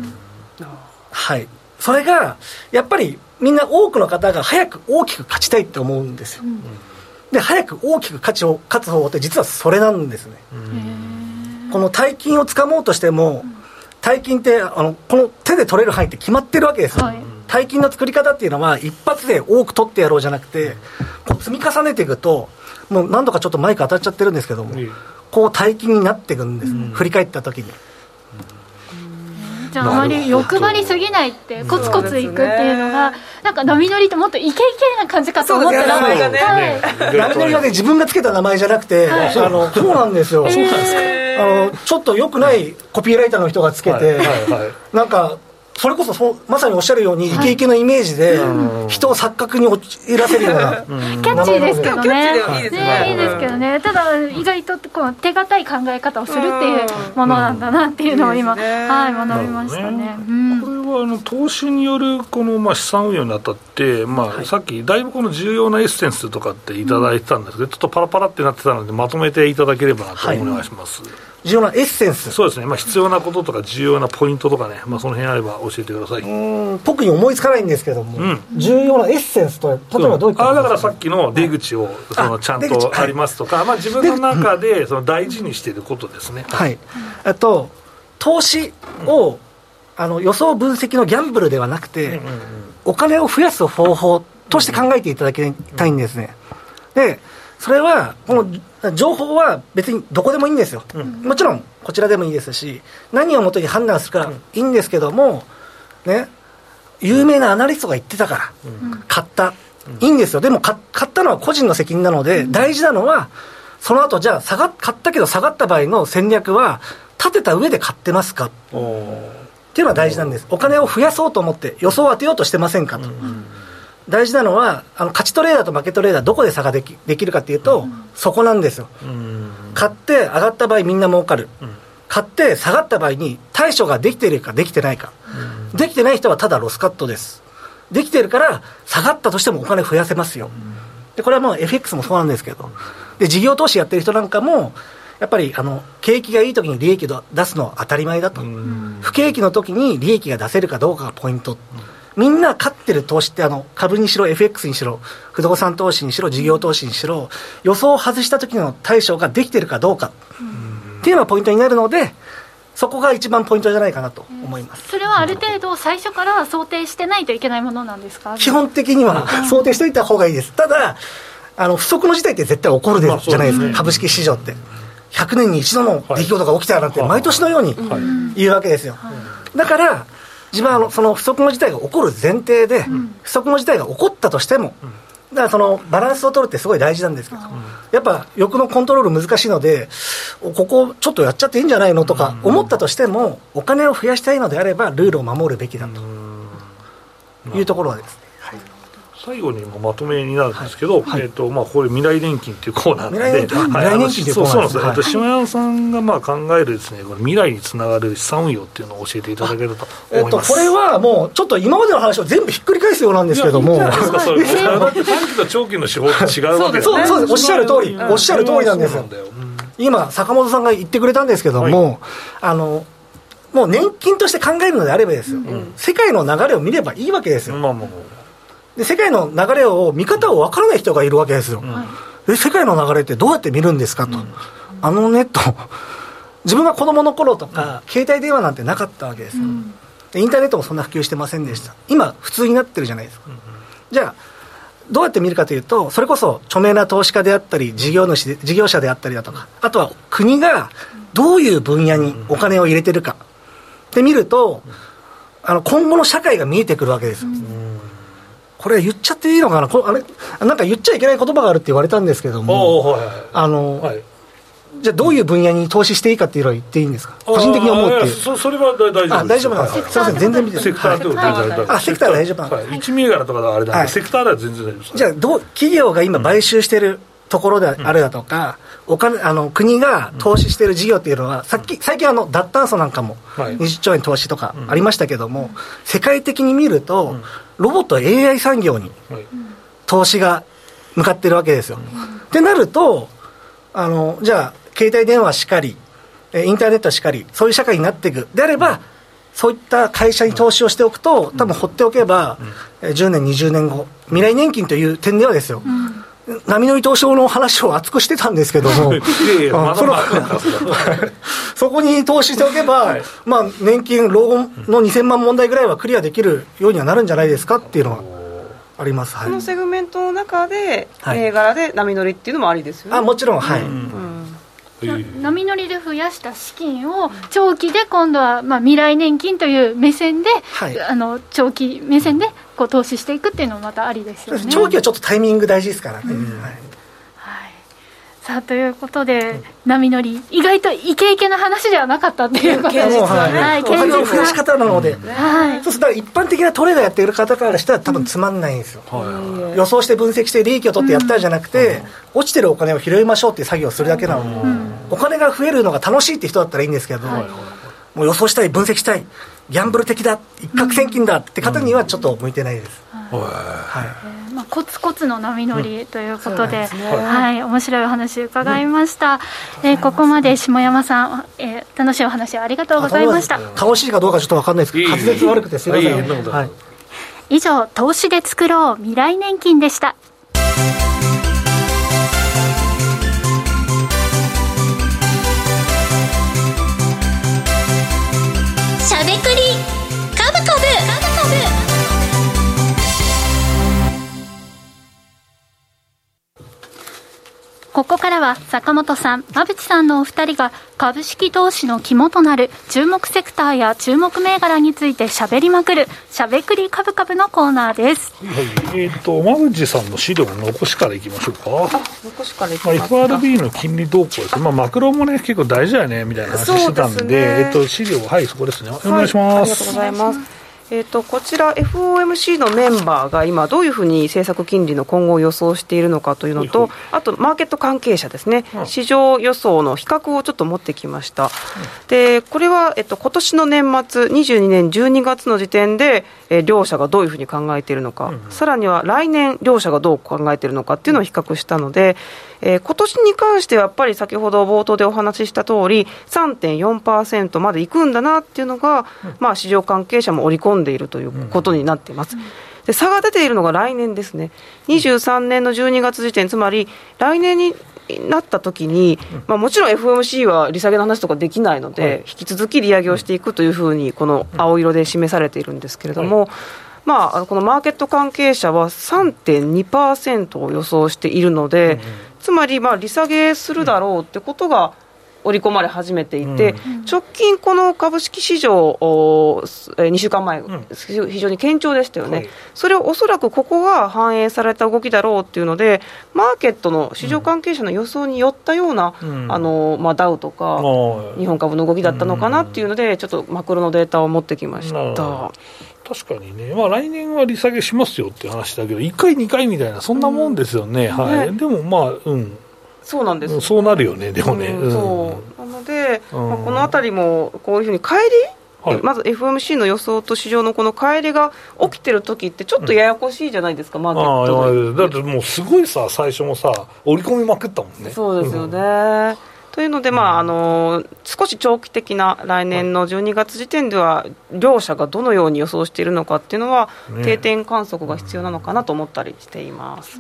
Speaker 6: はい。それがやっぱりみんな多くの方が早く大きく勝ちたいって思うんですよ、うん、で早く大きく勝ちを勝つ方法って実はそれなんですね、うん、この大金をつかもうとしても、うん、大金ってあのこの手で取れる範囲って決まってるわけですよ、はい、大金の作り方っていうのは一発で多く取ってやろうじゃなくて、こう積み重ねていくともう何度かちょっとマイク当たっちゃってるんですけども、うん、こう大金になっていくんです、うん、振り返った時に。
Speaker 3: じゃああまり欲張りすぎないってコツコツいくっていうのが、なんか波乗りってもっとイケイケな感じかと思ったら、
Speaker 6: 波乗りはね自分がつけた名前じゃなくて、はい、あのそうなんですよ、えー、あのちょっと良くないコピーライターの人がつけて、はいはいはい、なんかそれこそそうまさにおっしゃるように、はい、イケイケのイメージで人を錯覚に陥らせるような
Speaker 3: キャッチーですけどね、いいですね、いいですけどね、ただ意外とこう手堅い考え方をするっていうものなんだなっていうのを今、はい、学びましたね、うん、
Speaker 1: これはあの投資によるこのまあ資産運用にあたって、まあはい、さっきだいぶこの重要なエッセンスとかっていただいてたんですけど、うん、ちょっとパラパラってなってたのでまとめていただければなとお願いします、はい、
Speaker 6: 重要なエッセンス、
Speaker 1: そうですね、まあ、必要なこととか重要なポイントとかね、まあ、その辺あれば教えてください。
Speaker 6: うーん特に思いつかないんですけども、うん、重要なエッセンスと例えばどういったことですか、ね、あ
Speaker 1: だからさっきの出口をそのちゃんとありますとか、はい、まあ、自分の中でその大事にしていることですね、
Speaker 6: はい、あと投資を、うん、あの予想分析のギャンブルではなくて、うんうんうん、お金を増やす方法として考えていただきたいんですね、うんうん、でそれはこの情報は別にどこでもいいんですよ、うん、もちろんこちらでもいいですし何をもとに判断するからいいんですけども、ね、有名なアナリストが言ってたから、うん、買った、うん、いいんですよ。でも買ったのは個人の責任なので、うん、大事なのはその後じゃあ下が買ったけど下がった場合の戦略は立てた上で買ってますかっていうのは大事なんです。お金を増やそうと思って予想を当てようとしてませんかと、うん、大事なのはあの勝ちトレーダーと負けトレーダーどこで差ができ、できるかっていうと、うん、そこなんですよ、うん、買って上がった場合みんな儲かる、うん、買って下がった場合に対処ができているかできてないか、うん、できてない人はただロスカットです。できているから下がったとしてもお金増やせますよ、うん、でこれはもう エフエックス もそうなんですけど、で事業投資やってる人なんかもやっぱりあの景気がいい時に利益を出すのは当たり前だと、うん、不景気の時に利益が出せるかどうかがポイント、うん、みんな勝ってる投資ってあの株にしろ エフエックス にしろ不動産投資にしろ事業投資にしろ予想を外した時の対処ができてるかどうか、うん、っていうのがポイントになるので、そこが一番ポイントじゃないかなと思います、
Speaker 3: うん、それはある程度最初から想定してないといけないものなんですか？
Speaker 6: 基本的には想定しておいた方がいいです。ただあの不測の事態って絶対起こるで、まあ、じゃないですか、ね、株式市場ってひゃくねんに一度の出来事が起きたらなんて毎年のように言うわけですよ、はい、だから自分はあのその不測の事態が起こる前提で、うん、不測の事態が起こったとしても、うん、だからそのバランスを取るってすごい大事なんですけど、うん、やっぱ欲のコントロール難しいのでここちょっとやっちゃっていいんじゃないのとか思ったとしても、お金を増やしたいのであればルールを守るべきだというところはですね、
Speaker 1: 最後にまとめになるんですけど、はい、えーとまあ、これ未来年金っていうコーナーなので、
Speaker 6: 未来年金っていうコーナーなんですね。
Speaker 1: 島山さんがまあ考えるですね、この未来につながる資産運用っていうのを教えていただけると思います。
Speaker 6: えーとこれはもうちょっと今までの話を全部ひっくり返すようなんですけども、
Speaker 1: いやいいんじゃないですかそれだって短期と長期の手法って違うわけですね。
Speaker 6: そうです、おっしゃる通り、おっしゃる通りなんですよ。今坂本さんが言ってくれたんですけども、はい、あのもう年金として考えるのであればですよ、うん、世界の流れを見ればいいわけですよ、まあまあで世界の流れを見方を分からない人がいるわけですよ、うん、え世界の流れってどうやって見るんですかと、うん、あのねと自分が子供の頃とか、うん、携帯電話なんてなかったわけですよ、うん、でインターネットもそんな普及してませんでした。今普通になってるじゃないですか、うん、じゃあどうやって見るかというと、それこそ著名な投資家であったり事業主で事業者であったりだとか、あとは国がどういう分野にお金を入れてるかって見ると、あの今後の社会が見えてくるわけですよ。これ言っちゃっていいのかな、これあれなんか言っちゃいけない言葉があるって言われたんですけども、はいはい、あの、はい、じゃあどういう分野に投資していいかっていうのは言っていいんですか、個人的に思うっていう。
Speaker 1: そ, それは大丈夫です。
Speaker 6: あ、大丈夫なんです、はい、すいません、全然見てない。
Speaker 1: セクターってことで大丈夫です。
Speaker 6: あ、セクターは大丈夫なんです、
Speaker 1: はい、いち銘柄とかであれだ、はい、セクターでは全然大丈夫です。
Speaker 6: じゃあどう企業が今買収してるところであるだとか、うん、お金あの国が投資している事業っていうのは、うん、さっき最近あの脱炭素なんかもにじゅっちょうえん投資とかありましたけども、うん、世界的に見ると、うん、ロボット エーアイ 産業に投資が向かってるわけですよ、うん、ってなるとあのじゃあ携帯電話しかりインターネットしかりそういう社会になっていくであれば、うん、そういった会社に投資をしておくと、多分放っておけば、うん、じゅうねんにじゅうねんご未来年金という点ではですよ、うん、波乗り東証の話を熱くしてたんですけどもそこに投資しておけば、はい、まあ、年金老後のにせんまん問題ぐらいはクリアできるようにはなるんじゃないですかっていうのはあります、はい、
Speaker 2: このセグメントの中で銘柄で波乗りっていうのもありですよね、
Speaker 6: はい、あ、もちろん、はい、うん
Speaker 3: うん、波乗りで増やした資金を長期で今度はまあ未来年金という目線で、はい、あの長期目線でこう投資していくっていうのもまたありですよね。
Speaker 6: 長期はちょっとタイミング大事ですからね、うん、はい、
Speaker 3: はい、さあということで、うん、波乗り意外とイケイケな話ではなかったっていうことですね。
Speaker 6: はい、お金の増やし方なので、うん、はい、そうすると一般的なトレーダーやっている方からしたら多分つまんないんですよ、うん、予想して分析して利益を取ってやったんじゃなくて、うん、落ちてるお金を拾いましょうっていう作業をするだけなので、うん、お金が増えるのが楽しいって人だったらいいんですけど、はい、もう予想したい分析したいギャンブル的だ一攫千金だって方にはちょっと向いてないです、うん、はい、
Speaker 3: えーまあ、コツコツの波乗りということで、うん、ね、はい、面白いお話伺いました、うん、えー、ここまで下山さん、えー、楽しいお話ありがとうございました。
Speaker 6: 楽しいかどうかちょっと分かんないですけど、滑舌悪くてすいません、はい、
Speaker 3: 以上、投資で作ろう未来年金でした。
Speaker 4: しゃべくりカブカブ
Speaker 3: ここからは坂本さん、馬渕さんのお二人が株式投資の肝となる注目セクターや注目銘柄についてしゃべりまくるしゃべくりカブカブのコーナーです。
Speaker 1: はい、えー、と馬渕さんの資料の残しからいきましょうか。
Speaker 2: 残しからいきますか。
Speaker 1: まあ、エフアールビー の金利動向ですね、まあ、マクロもね結構大事だよねみたいな話してたん で, で、ね、えー、と資料は、はい、そこですね、お願いします、はい、あり
Speaker 2: がとうございます。えー、とこちら エフオーエムシー のメンバーが今どういうふうに政策金利の今後を予想しているのかというのと、あとマーケット関係者ですね、うん、市場予想の比較をちょっと持ってきました、うん、でこれは、えっと、今年の年末にじゅうにねんじゅうにがつの時点で、えー、両者がどういうふうに考えているのか、うん、さらには来年両者がどう考えているのかっていうのを比較したので、えー、今年に関してはやっぱり先ほど冒頭でお話しした通り さんてんよんパーセント までいくんだなっていうのが、うん、まあ、市場関係者も織り込んでいるということになっています、うん、で差が出ているのが来年ですね。にじゅうさんねんのじゅうにがつ時点、つまり来年になった時に、まあ、もちろん エフオーエムシー は利下げの話とかできないので、はい、引き続き利上げをしていくというふうにこの青色で示されているんですけれども、はい、まあ、このマーケット関係者は さんてんにパーセント を予想しているので、うんうん、つまりまあ利下げするだろうってことが織り込まれ始めていて、うん、直近この株式市場にしゅうかんまえ、うん、非常に堅調でしたよね、はい、それをおそらくここが反映された動きだろうっていうので、マーケットの市場関係者の予想によったような、うん、あのまあ、ダウとか、うん、日本株の動きだったのかなっていうので、ちょっとマクロのデータを持ってきました。うん、
Speaker 1: 確かにね、まあ、来年は利下げしますよっていう話だけど、いっかいにかいみたいなそんなもんですよね、うん、はい、ね、でもまあ、うん、
Speaker 2: そうなんです、
Speaker 1: そうなるよね、でもね、
Speaker 2: うん、そうなので、うん、まあ、このあたりもこういうふうに乖離、はい、まず エフオーエムシー の予想と市場のこの乖離が起きてるときってちょっとややこしいじゃないですか、うん、マーケットで。
Speaker 1: だってもうすごいさ、最初もさ織り込みまくったもんね。
Speaker 2: そうですよね、うん、というので、まあ、あの少し長期的な来年のじゅうにがつ時点では両者がどのように予想しているのかっていうのは、定点観測が必要なのかなと思ったりしています、
Speaker 1: うん、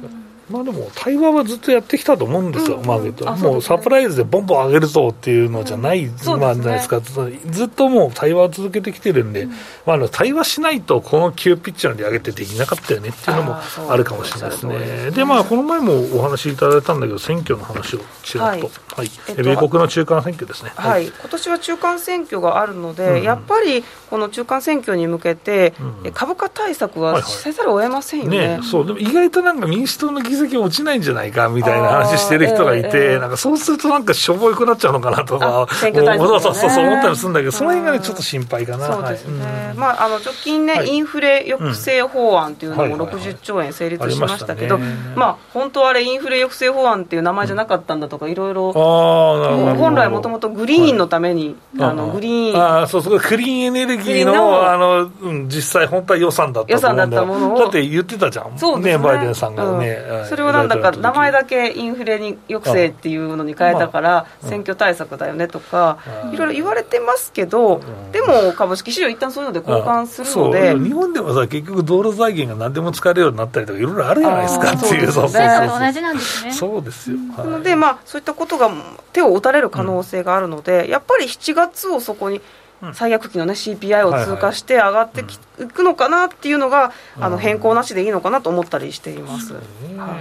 Speaker 1: まあ、でも対話はずっとやってきたと思うんですよ、うんうん、マーケットはもうサプライズでボンボン上げるぞっていうのじゃない、うん、まあ、じゃないですか。ずっともう対話を続けてきてるんで、うん、まあ、あの対話しないとこの急ピッチの利上げってできなかったよねっていうのもあるかもしれないですね。で, で、まあ、この前もお話しいただいたんだけど選挙の話をちらっと、はい、えっと、米国の中間選挙ですね、
Speaker 2: はいはい、今年は中間選挙があるので、うん、やっぱりこの中間選挙に向けて、うん、株価対策はせざるを得ませんよね。はいはい、ね、そうでも意外となんか民主党の議席落ちないんじゃないかみたいな話してる人がいて、えー、なんかそうするとなんかしょぼいくなっちゃうのかなとか、選挙対策、ね、そうそうそう思ったりするんだけど、その辺がねちょっと心配かな。そうですね、はい、まあ、あの直近ね、はい、インフレ抑制法案っていうのもろくじゅっちょうえん成立しましたけど、まあ本当あれインフレ抑制法案っていう名前じゃなかったんだとかいろいろ、本来もともとグリーンのために、はい、あのグリーン、
Speaker 1: あ、そうそう、クリーンエネルギー の, あの、うん、実際本当は予算だったと思うんだ。予算だったものをだって言ってたじゃん。そうですね、バイデンさんがね、うん、
Speaker 2: それをなんだか名前だけインフレに抑制っていうのに変えたから、まあ、選挙対策だよねとか、うん、いろいろ言われてますけど、うん、でも株式市場一旦そういうので交換するので、
Speaker 1: そう日本でもさ結局道路財源が何でも使えるようになったりとかいろいろあるじゃないですかっていう、
Speaker 3: そうそうそうそう、同じなんですね。
Speaker 1: そうですよ、
Speaker 2: はい、なので、まあ、そういったことが手を打たれる可能性があるので、うん、やっぱりしちがつをそこに最悪期の、ね、シーピーアイ を通過して上がっていくのかなっていうのが、あの変更なしでいいのかなと思ったりしています、うん、はい、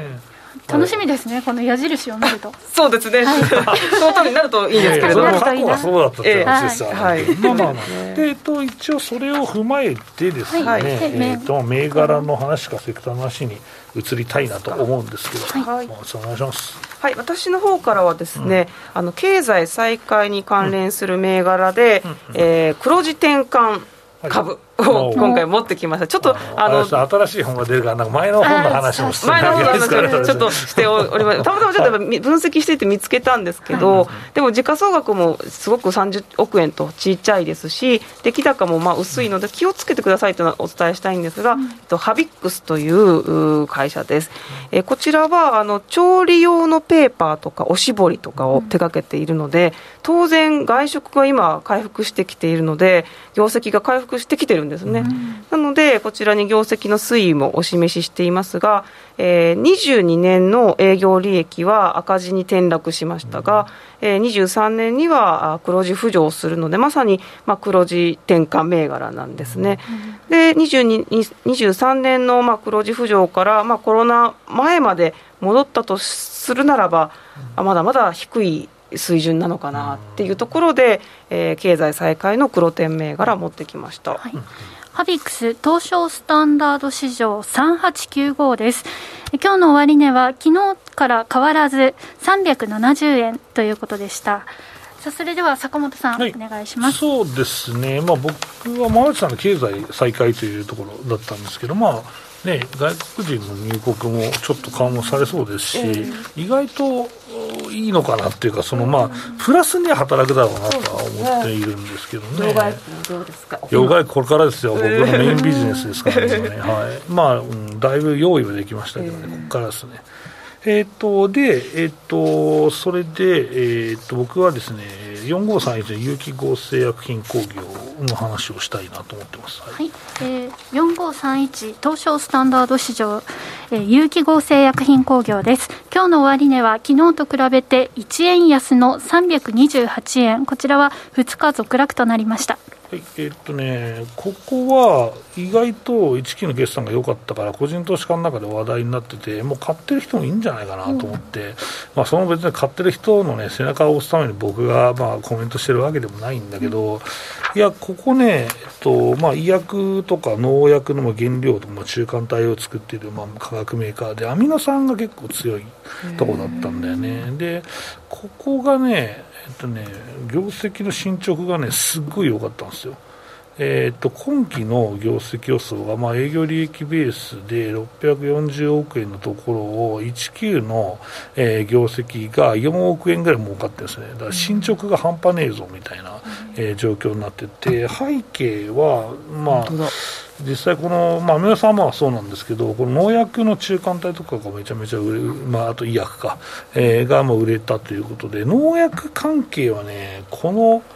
Speaker 3: 楽しみですね、この矢印を見ると。
Speaker 2: そうですね、はい、その通りになるといいんですけれども、
Speaker 1: 過去はそうだったって話ですよ、えーはい、まあまあまあで、えっと、一応それを踏まえてですね、はい、えー、と銘柄の話かセクターの話に移りたいなと思うんですけど、はい、お願いします。
Speaker 2: はい、私の方からはですね、うん、あの経済再開に関連する銘柄で、うん、えー、黒字転換株を今回持ってきました。ちょっと
Speaker 1: あの新しい本が出るからなんか前の本の話もして
Speaker 2: 前の本の話をちょっとしております。たまたまちょっと分析していて見つけたんですけど、でも時価総額もすごくさんじゅっおくえんとちっちゃいですし、出来高もまあ薄いので気をつけてくださいというのはお伝えしたいんですが、うん、えっと、ハビックスという会社です。えー、こちらはあの調理用のペーパーとかおしぼりとかを手掛けているので、当然外食が今回復してきているので業績が回復してきているんですね。うん、なのでこちらに業績の推移もお示ししていますが、えー、にじゅうにねんの営業利益は赤字に転落しましたが、えー、にじゅうさんねんには黒字浮上するのでまさにまあ黒字転換銘柄なんですね。うん、でにじゅうに、にじゅうさんねんのまあ黒字浮上からまあコロナ前まで戻ったとするならば、うん、まだまだ低い水準なのかなっていうところで、えー、経済再開の黒点銘柄を持ってきました。はい、
Speaker 3: ハビックス東証スタンダード市場さんはちきゅうごです。今日の終値は昨日から変わらずさんびゃくななじゅうえんということでした。さあそれでは坂本さん、はい、お願いします。
Speaker 1: そうですね、まあ、僕は馬淵さんの経済再開というところだったんですけど、まあね、外国人の入国もちょっと緩和されそうですし、えー、意外といいのかなっていうか、そのまあプラスには働くだろうなとは思っているんですけどね。
Speaker 2: 両替どうですか。
Speaker 1: 両替これからですよ、僕のメインビジネスですからね。はい、まあ、うん、だいぶ用意はできましたけどね、えー、ここからですね。えー、とで、えー、とそれで、えー、と僕はですねよんごうさんいちの有機合成薬品工業の話をしたいなと思ってます。はい、
Speaker 3: はい、えー、よんごうさんいち東証スタンダード市場、えー、有機合成薬品工業です。今日の終値は昨日と比べていちえん安のさんびゃくにじゅうはちえん、こちらはふつか続落となりました。
Speaker 1: はい、えーっとね、ここは意外といちきの決算が良かったから個人投資家の中で話題になってて、もう買ってる人もいいんじゃないかなと思って、うん、まあ、その別に買ってる人の、ね、背中を押すために僕がまあコメントしてるわけでもないんだけど、うん、いやここね、えっとまあ、医薬とか農薬の原料とか中間体を作っている、まあ、化学メーカーでアミノ酸が結構強いところだったんだよね。でここがね、えっとね、業績の進捗がねすっごい良かったんですよ。えー、と今期の業績予想が、まあ、営業利益ベースでろっぴゃくよんじゅうおくえんのところをじゅうきゅうの、えー、業績がよんおくえんぐらい儲かってるんですね。だから進捗が半端ねえぞみたいな、えー、状況になってて、背景はまあ実際この、まあ、アミノ酸はそうなんですけど、この農薬の中間体とかがめちゃめちゃ売れ、まあ、あと医薬か、えー、がもう売れたということで、農薬関係はねこの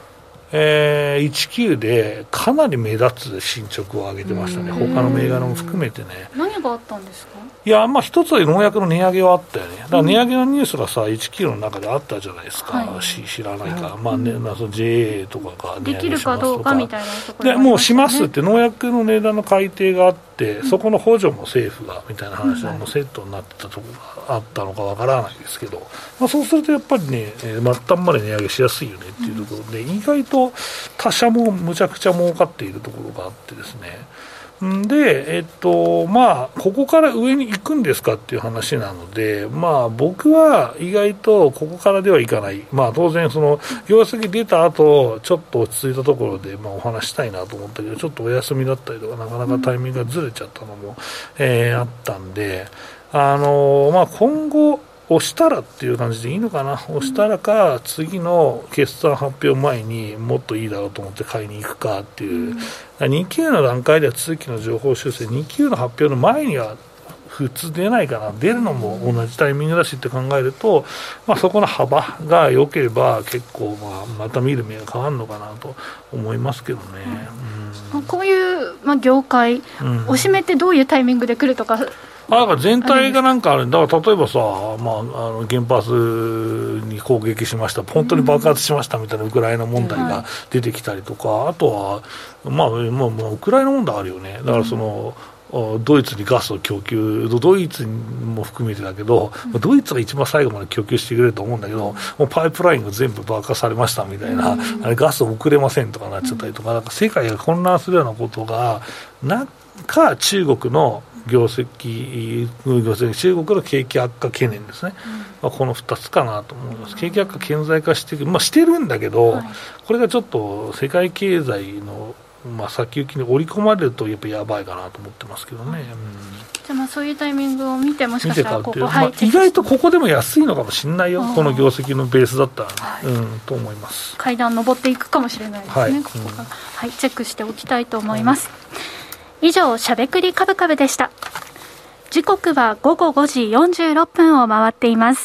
Speaker 1: えー、いちきゅうでかなり目立つ進捗を上げてましたね、他の銘柄も含めてね。
Speaker 3: 何があったんですか？
Speaker 1: いや、まあ、一つは農薬の値上げはあったよね。だから値上げのニュースがさ、いちきゅうの中であったじゃないですか、はい、し知らないか、まあね、まあ、その ジェーエー とかが値上げしますとか、できるかどうかみたいなところ、ね、でもうしますって、農薬の値段の改定があって、うん、そこの補助も政府がみたいな話がもうセットになってたところがあったのかわからないですけど、まあ、そうするとやっぱりね、末端まで値上げしやすいよねっていうところで、意外と他社もむちゃくちゃ儲かっているところがあってですね。で、えっと、まあ、ここから上に行くんですかっていう話なので、まあ、僕は意外とここからではいかない。まあ、当然、その、業績出た後、ちょっと落ち着いたところで、まあ、お話したいなと思ったけど、ちょっとお休みだったりとか、なかなかタイミングがずれちゃったのも、えー、あったんで、あの、まあ、今後、押したらっていう感じでいいのかな、押したらか、次の決算発表前にもっといいだろうと思って買いに行くかっていう、うん、にきゅうの段階では通期の情報修正、にきゅうの発表の前には普通出ないかな、出るのも同じタイミングだしって考えると、まあ、そこの幅が良ければ、結構、まあ、また見る目が変わるのかなと思いますけどね。
Speaker 3: うんうん、こういう、まあ、業界、うん、押し目ってどういうタイミングで来るとか。
Speaker 1: あだから全体がなんかあるんだから、例えばさ、まあ、あの原発に攻撃しました、本当に爆発しましたみたいなウクライナ問題が出てきたりとか、うん、あとは、まあまあまあ、ウクライナ問題あるよね、だからその、うん、ドイツにガスを供給、ドイツも含めてだけど、うん、ドイツが一番最後まで供給してくれると思うんだけど、もうパイプラインが全部爆破されましたみたいな、うん、あれガス送れませんとかなっちゃったりとか、なんか世界が混乱するようなことが、なんか中国の業績、業績中国の景気悪化懸念ですね、うんまあ、このふたつかなと思います。景気悪化顕在化していく、まあ、してるんだけど、はい、これがちょっと世界経済の、まあ、先行きに織り込まれるとやっぱりやばいかなと思ってますけどね、うん、
Speaker 3: じゃあまあそういうタイミングを見て、もしかしたらここ、
Speaker 1: まあ、意外とここでも安いのかもしれないよ、この業績のベースだったら、ねはいうん、と思います。
Speaker 3: 階段登っていくかもしれないですね、
Speaker 1: はい
Speaker 3: ここから、うんはい、チェックしておきたいと思います、うん、以上しゃべくりカブカブでした。時刻は午後ごじよんじゅうろっぷんを回っています。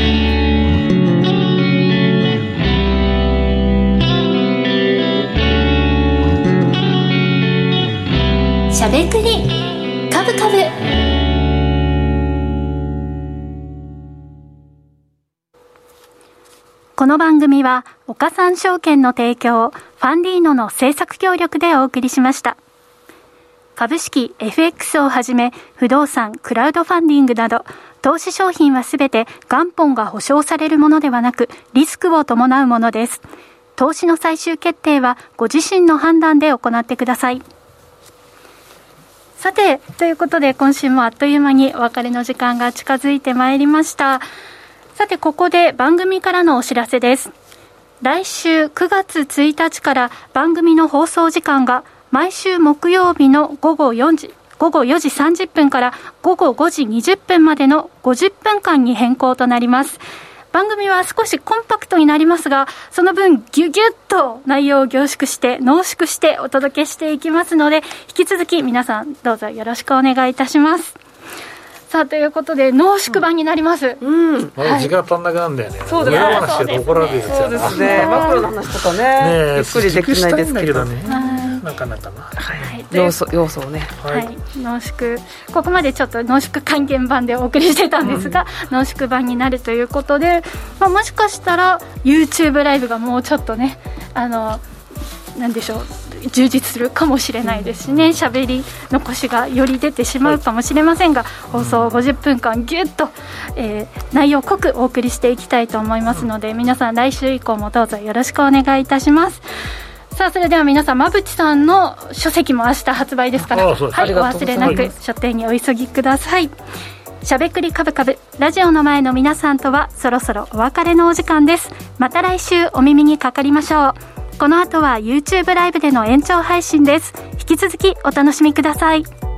Speaker 4: しゃべくりカブカブ。
Speaker 3: この番組は岡三証券の提供、ファンディーノの制作協力でお送りしました。株式 エフエックス をはじめ不動産、クラウドファンディングなど投資商品はすべて元本が保証されるものではなくリスクを伴うものです。投資の最終決定はご自身の判断で行ってください。さて、ということで今週もあっという間にお別れの時間が近づいてまいりました。さて、ここで番組からのお知らせです。来週くがつついたちから番組の放送時間が毎週木曜日の午後よじ、午後よじさんじゅっぷんから午後ごじにじゅっぷんまでのごじゅっぷんかんに変更となります。番組は少しコンパクトになりますが、その分ギュギュッと内容を凝縮して濃縮してお届けしていきますので、引き続き皆さんどうぞよろしくお願いいたします。さあ、ということで濃縮版になります、
Speaker 1: うんうんはい、時間足んなくなんだよね。
Speaker 2: そうですね、
Speaker 1: 裏話して怒られるやつやな。
Speaker 2: そうですね、マクロの話とか ね, ねゆっくりできないですけどね、
Speaker 1: なかなかな、
Speaker 2: はい、要素要素をね、
Speaker 3: はいはい、濃縮、ここまでちょっと濃縮還元版でお送りしてたんですが、うん、濃縮版になるということで、まあ、もしかしたら YouTube ライブがもうちょっとね、あのなんでしょう、充実するかもしれないですしね、喋り残しがより出てしまうかもしれませんが、はい、放送ごじゅっぷんかんぎゅっと、えー、内容濃くお送りしていきたいと思いますので、皆さん来週以降もどうぞよろしくお願いいたします。さあ、それでは皆さん、馬淵さんの書籍も明日発売ですから、はい、お忘れなく書店にお急ぎください。しゃべくりカブカブ、ラジオの前の皆さんとはそろそろお別れのお時間です。また来週お耳にかかりましょう。この後は YouTube ライブでの延長配信です。引き続きお楽しみください。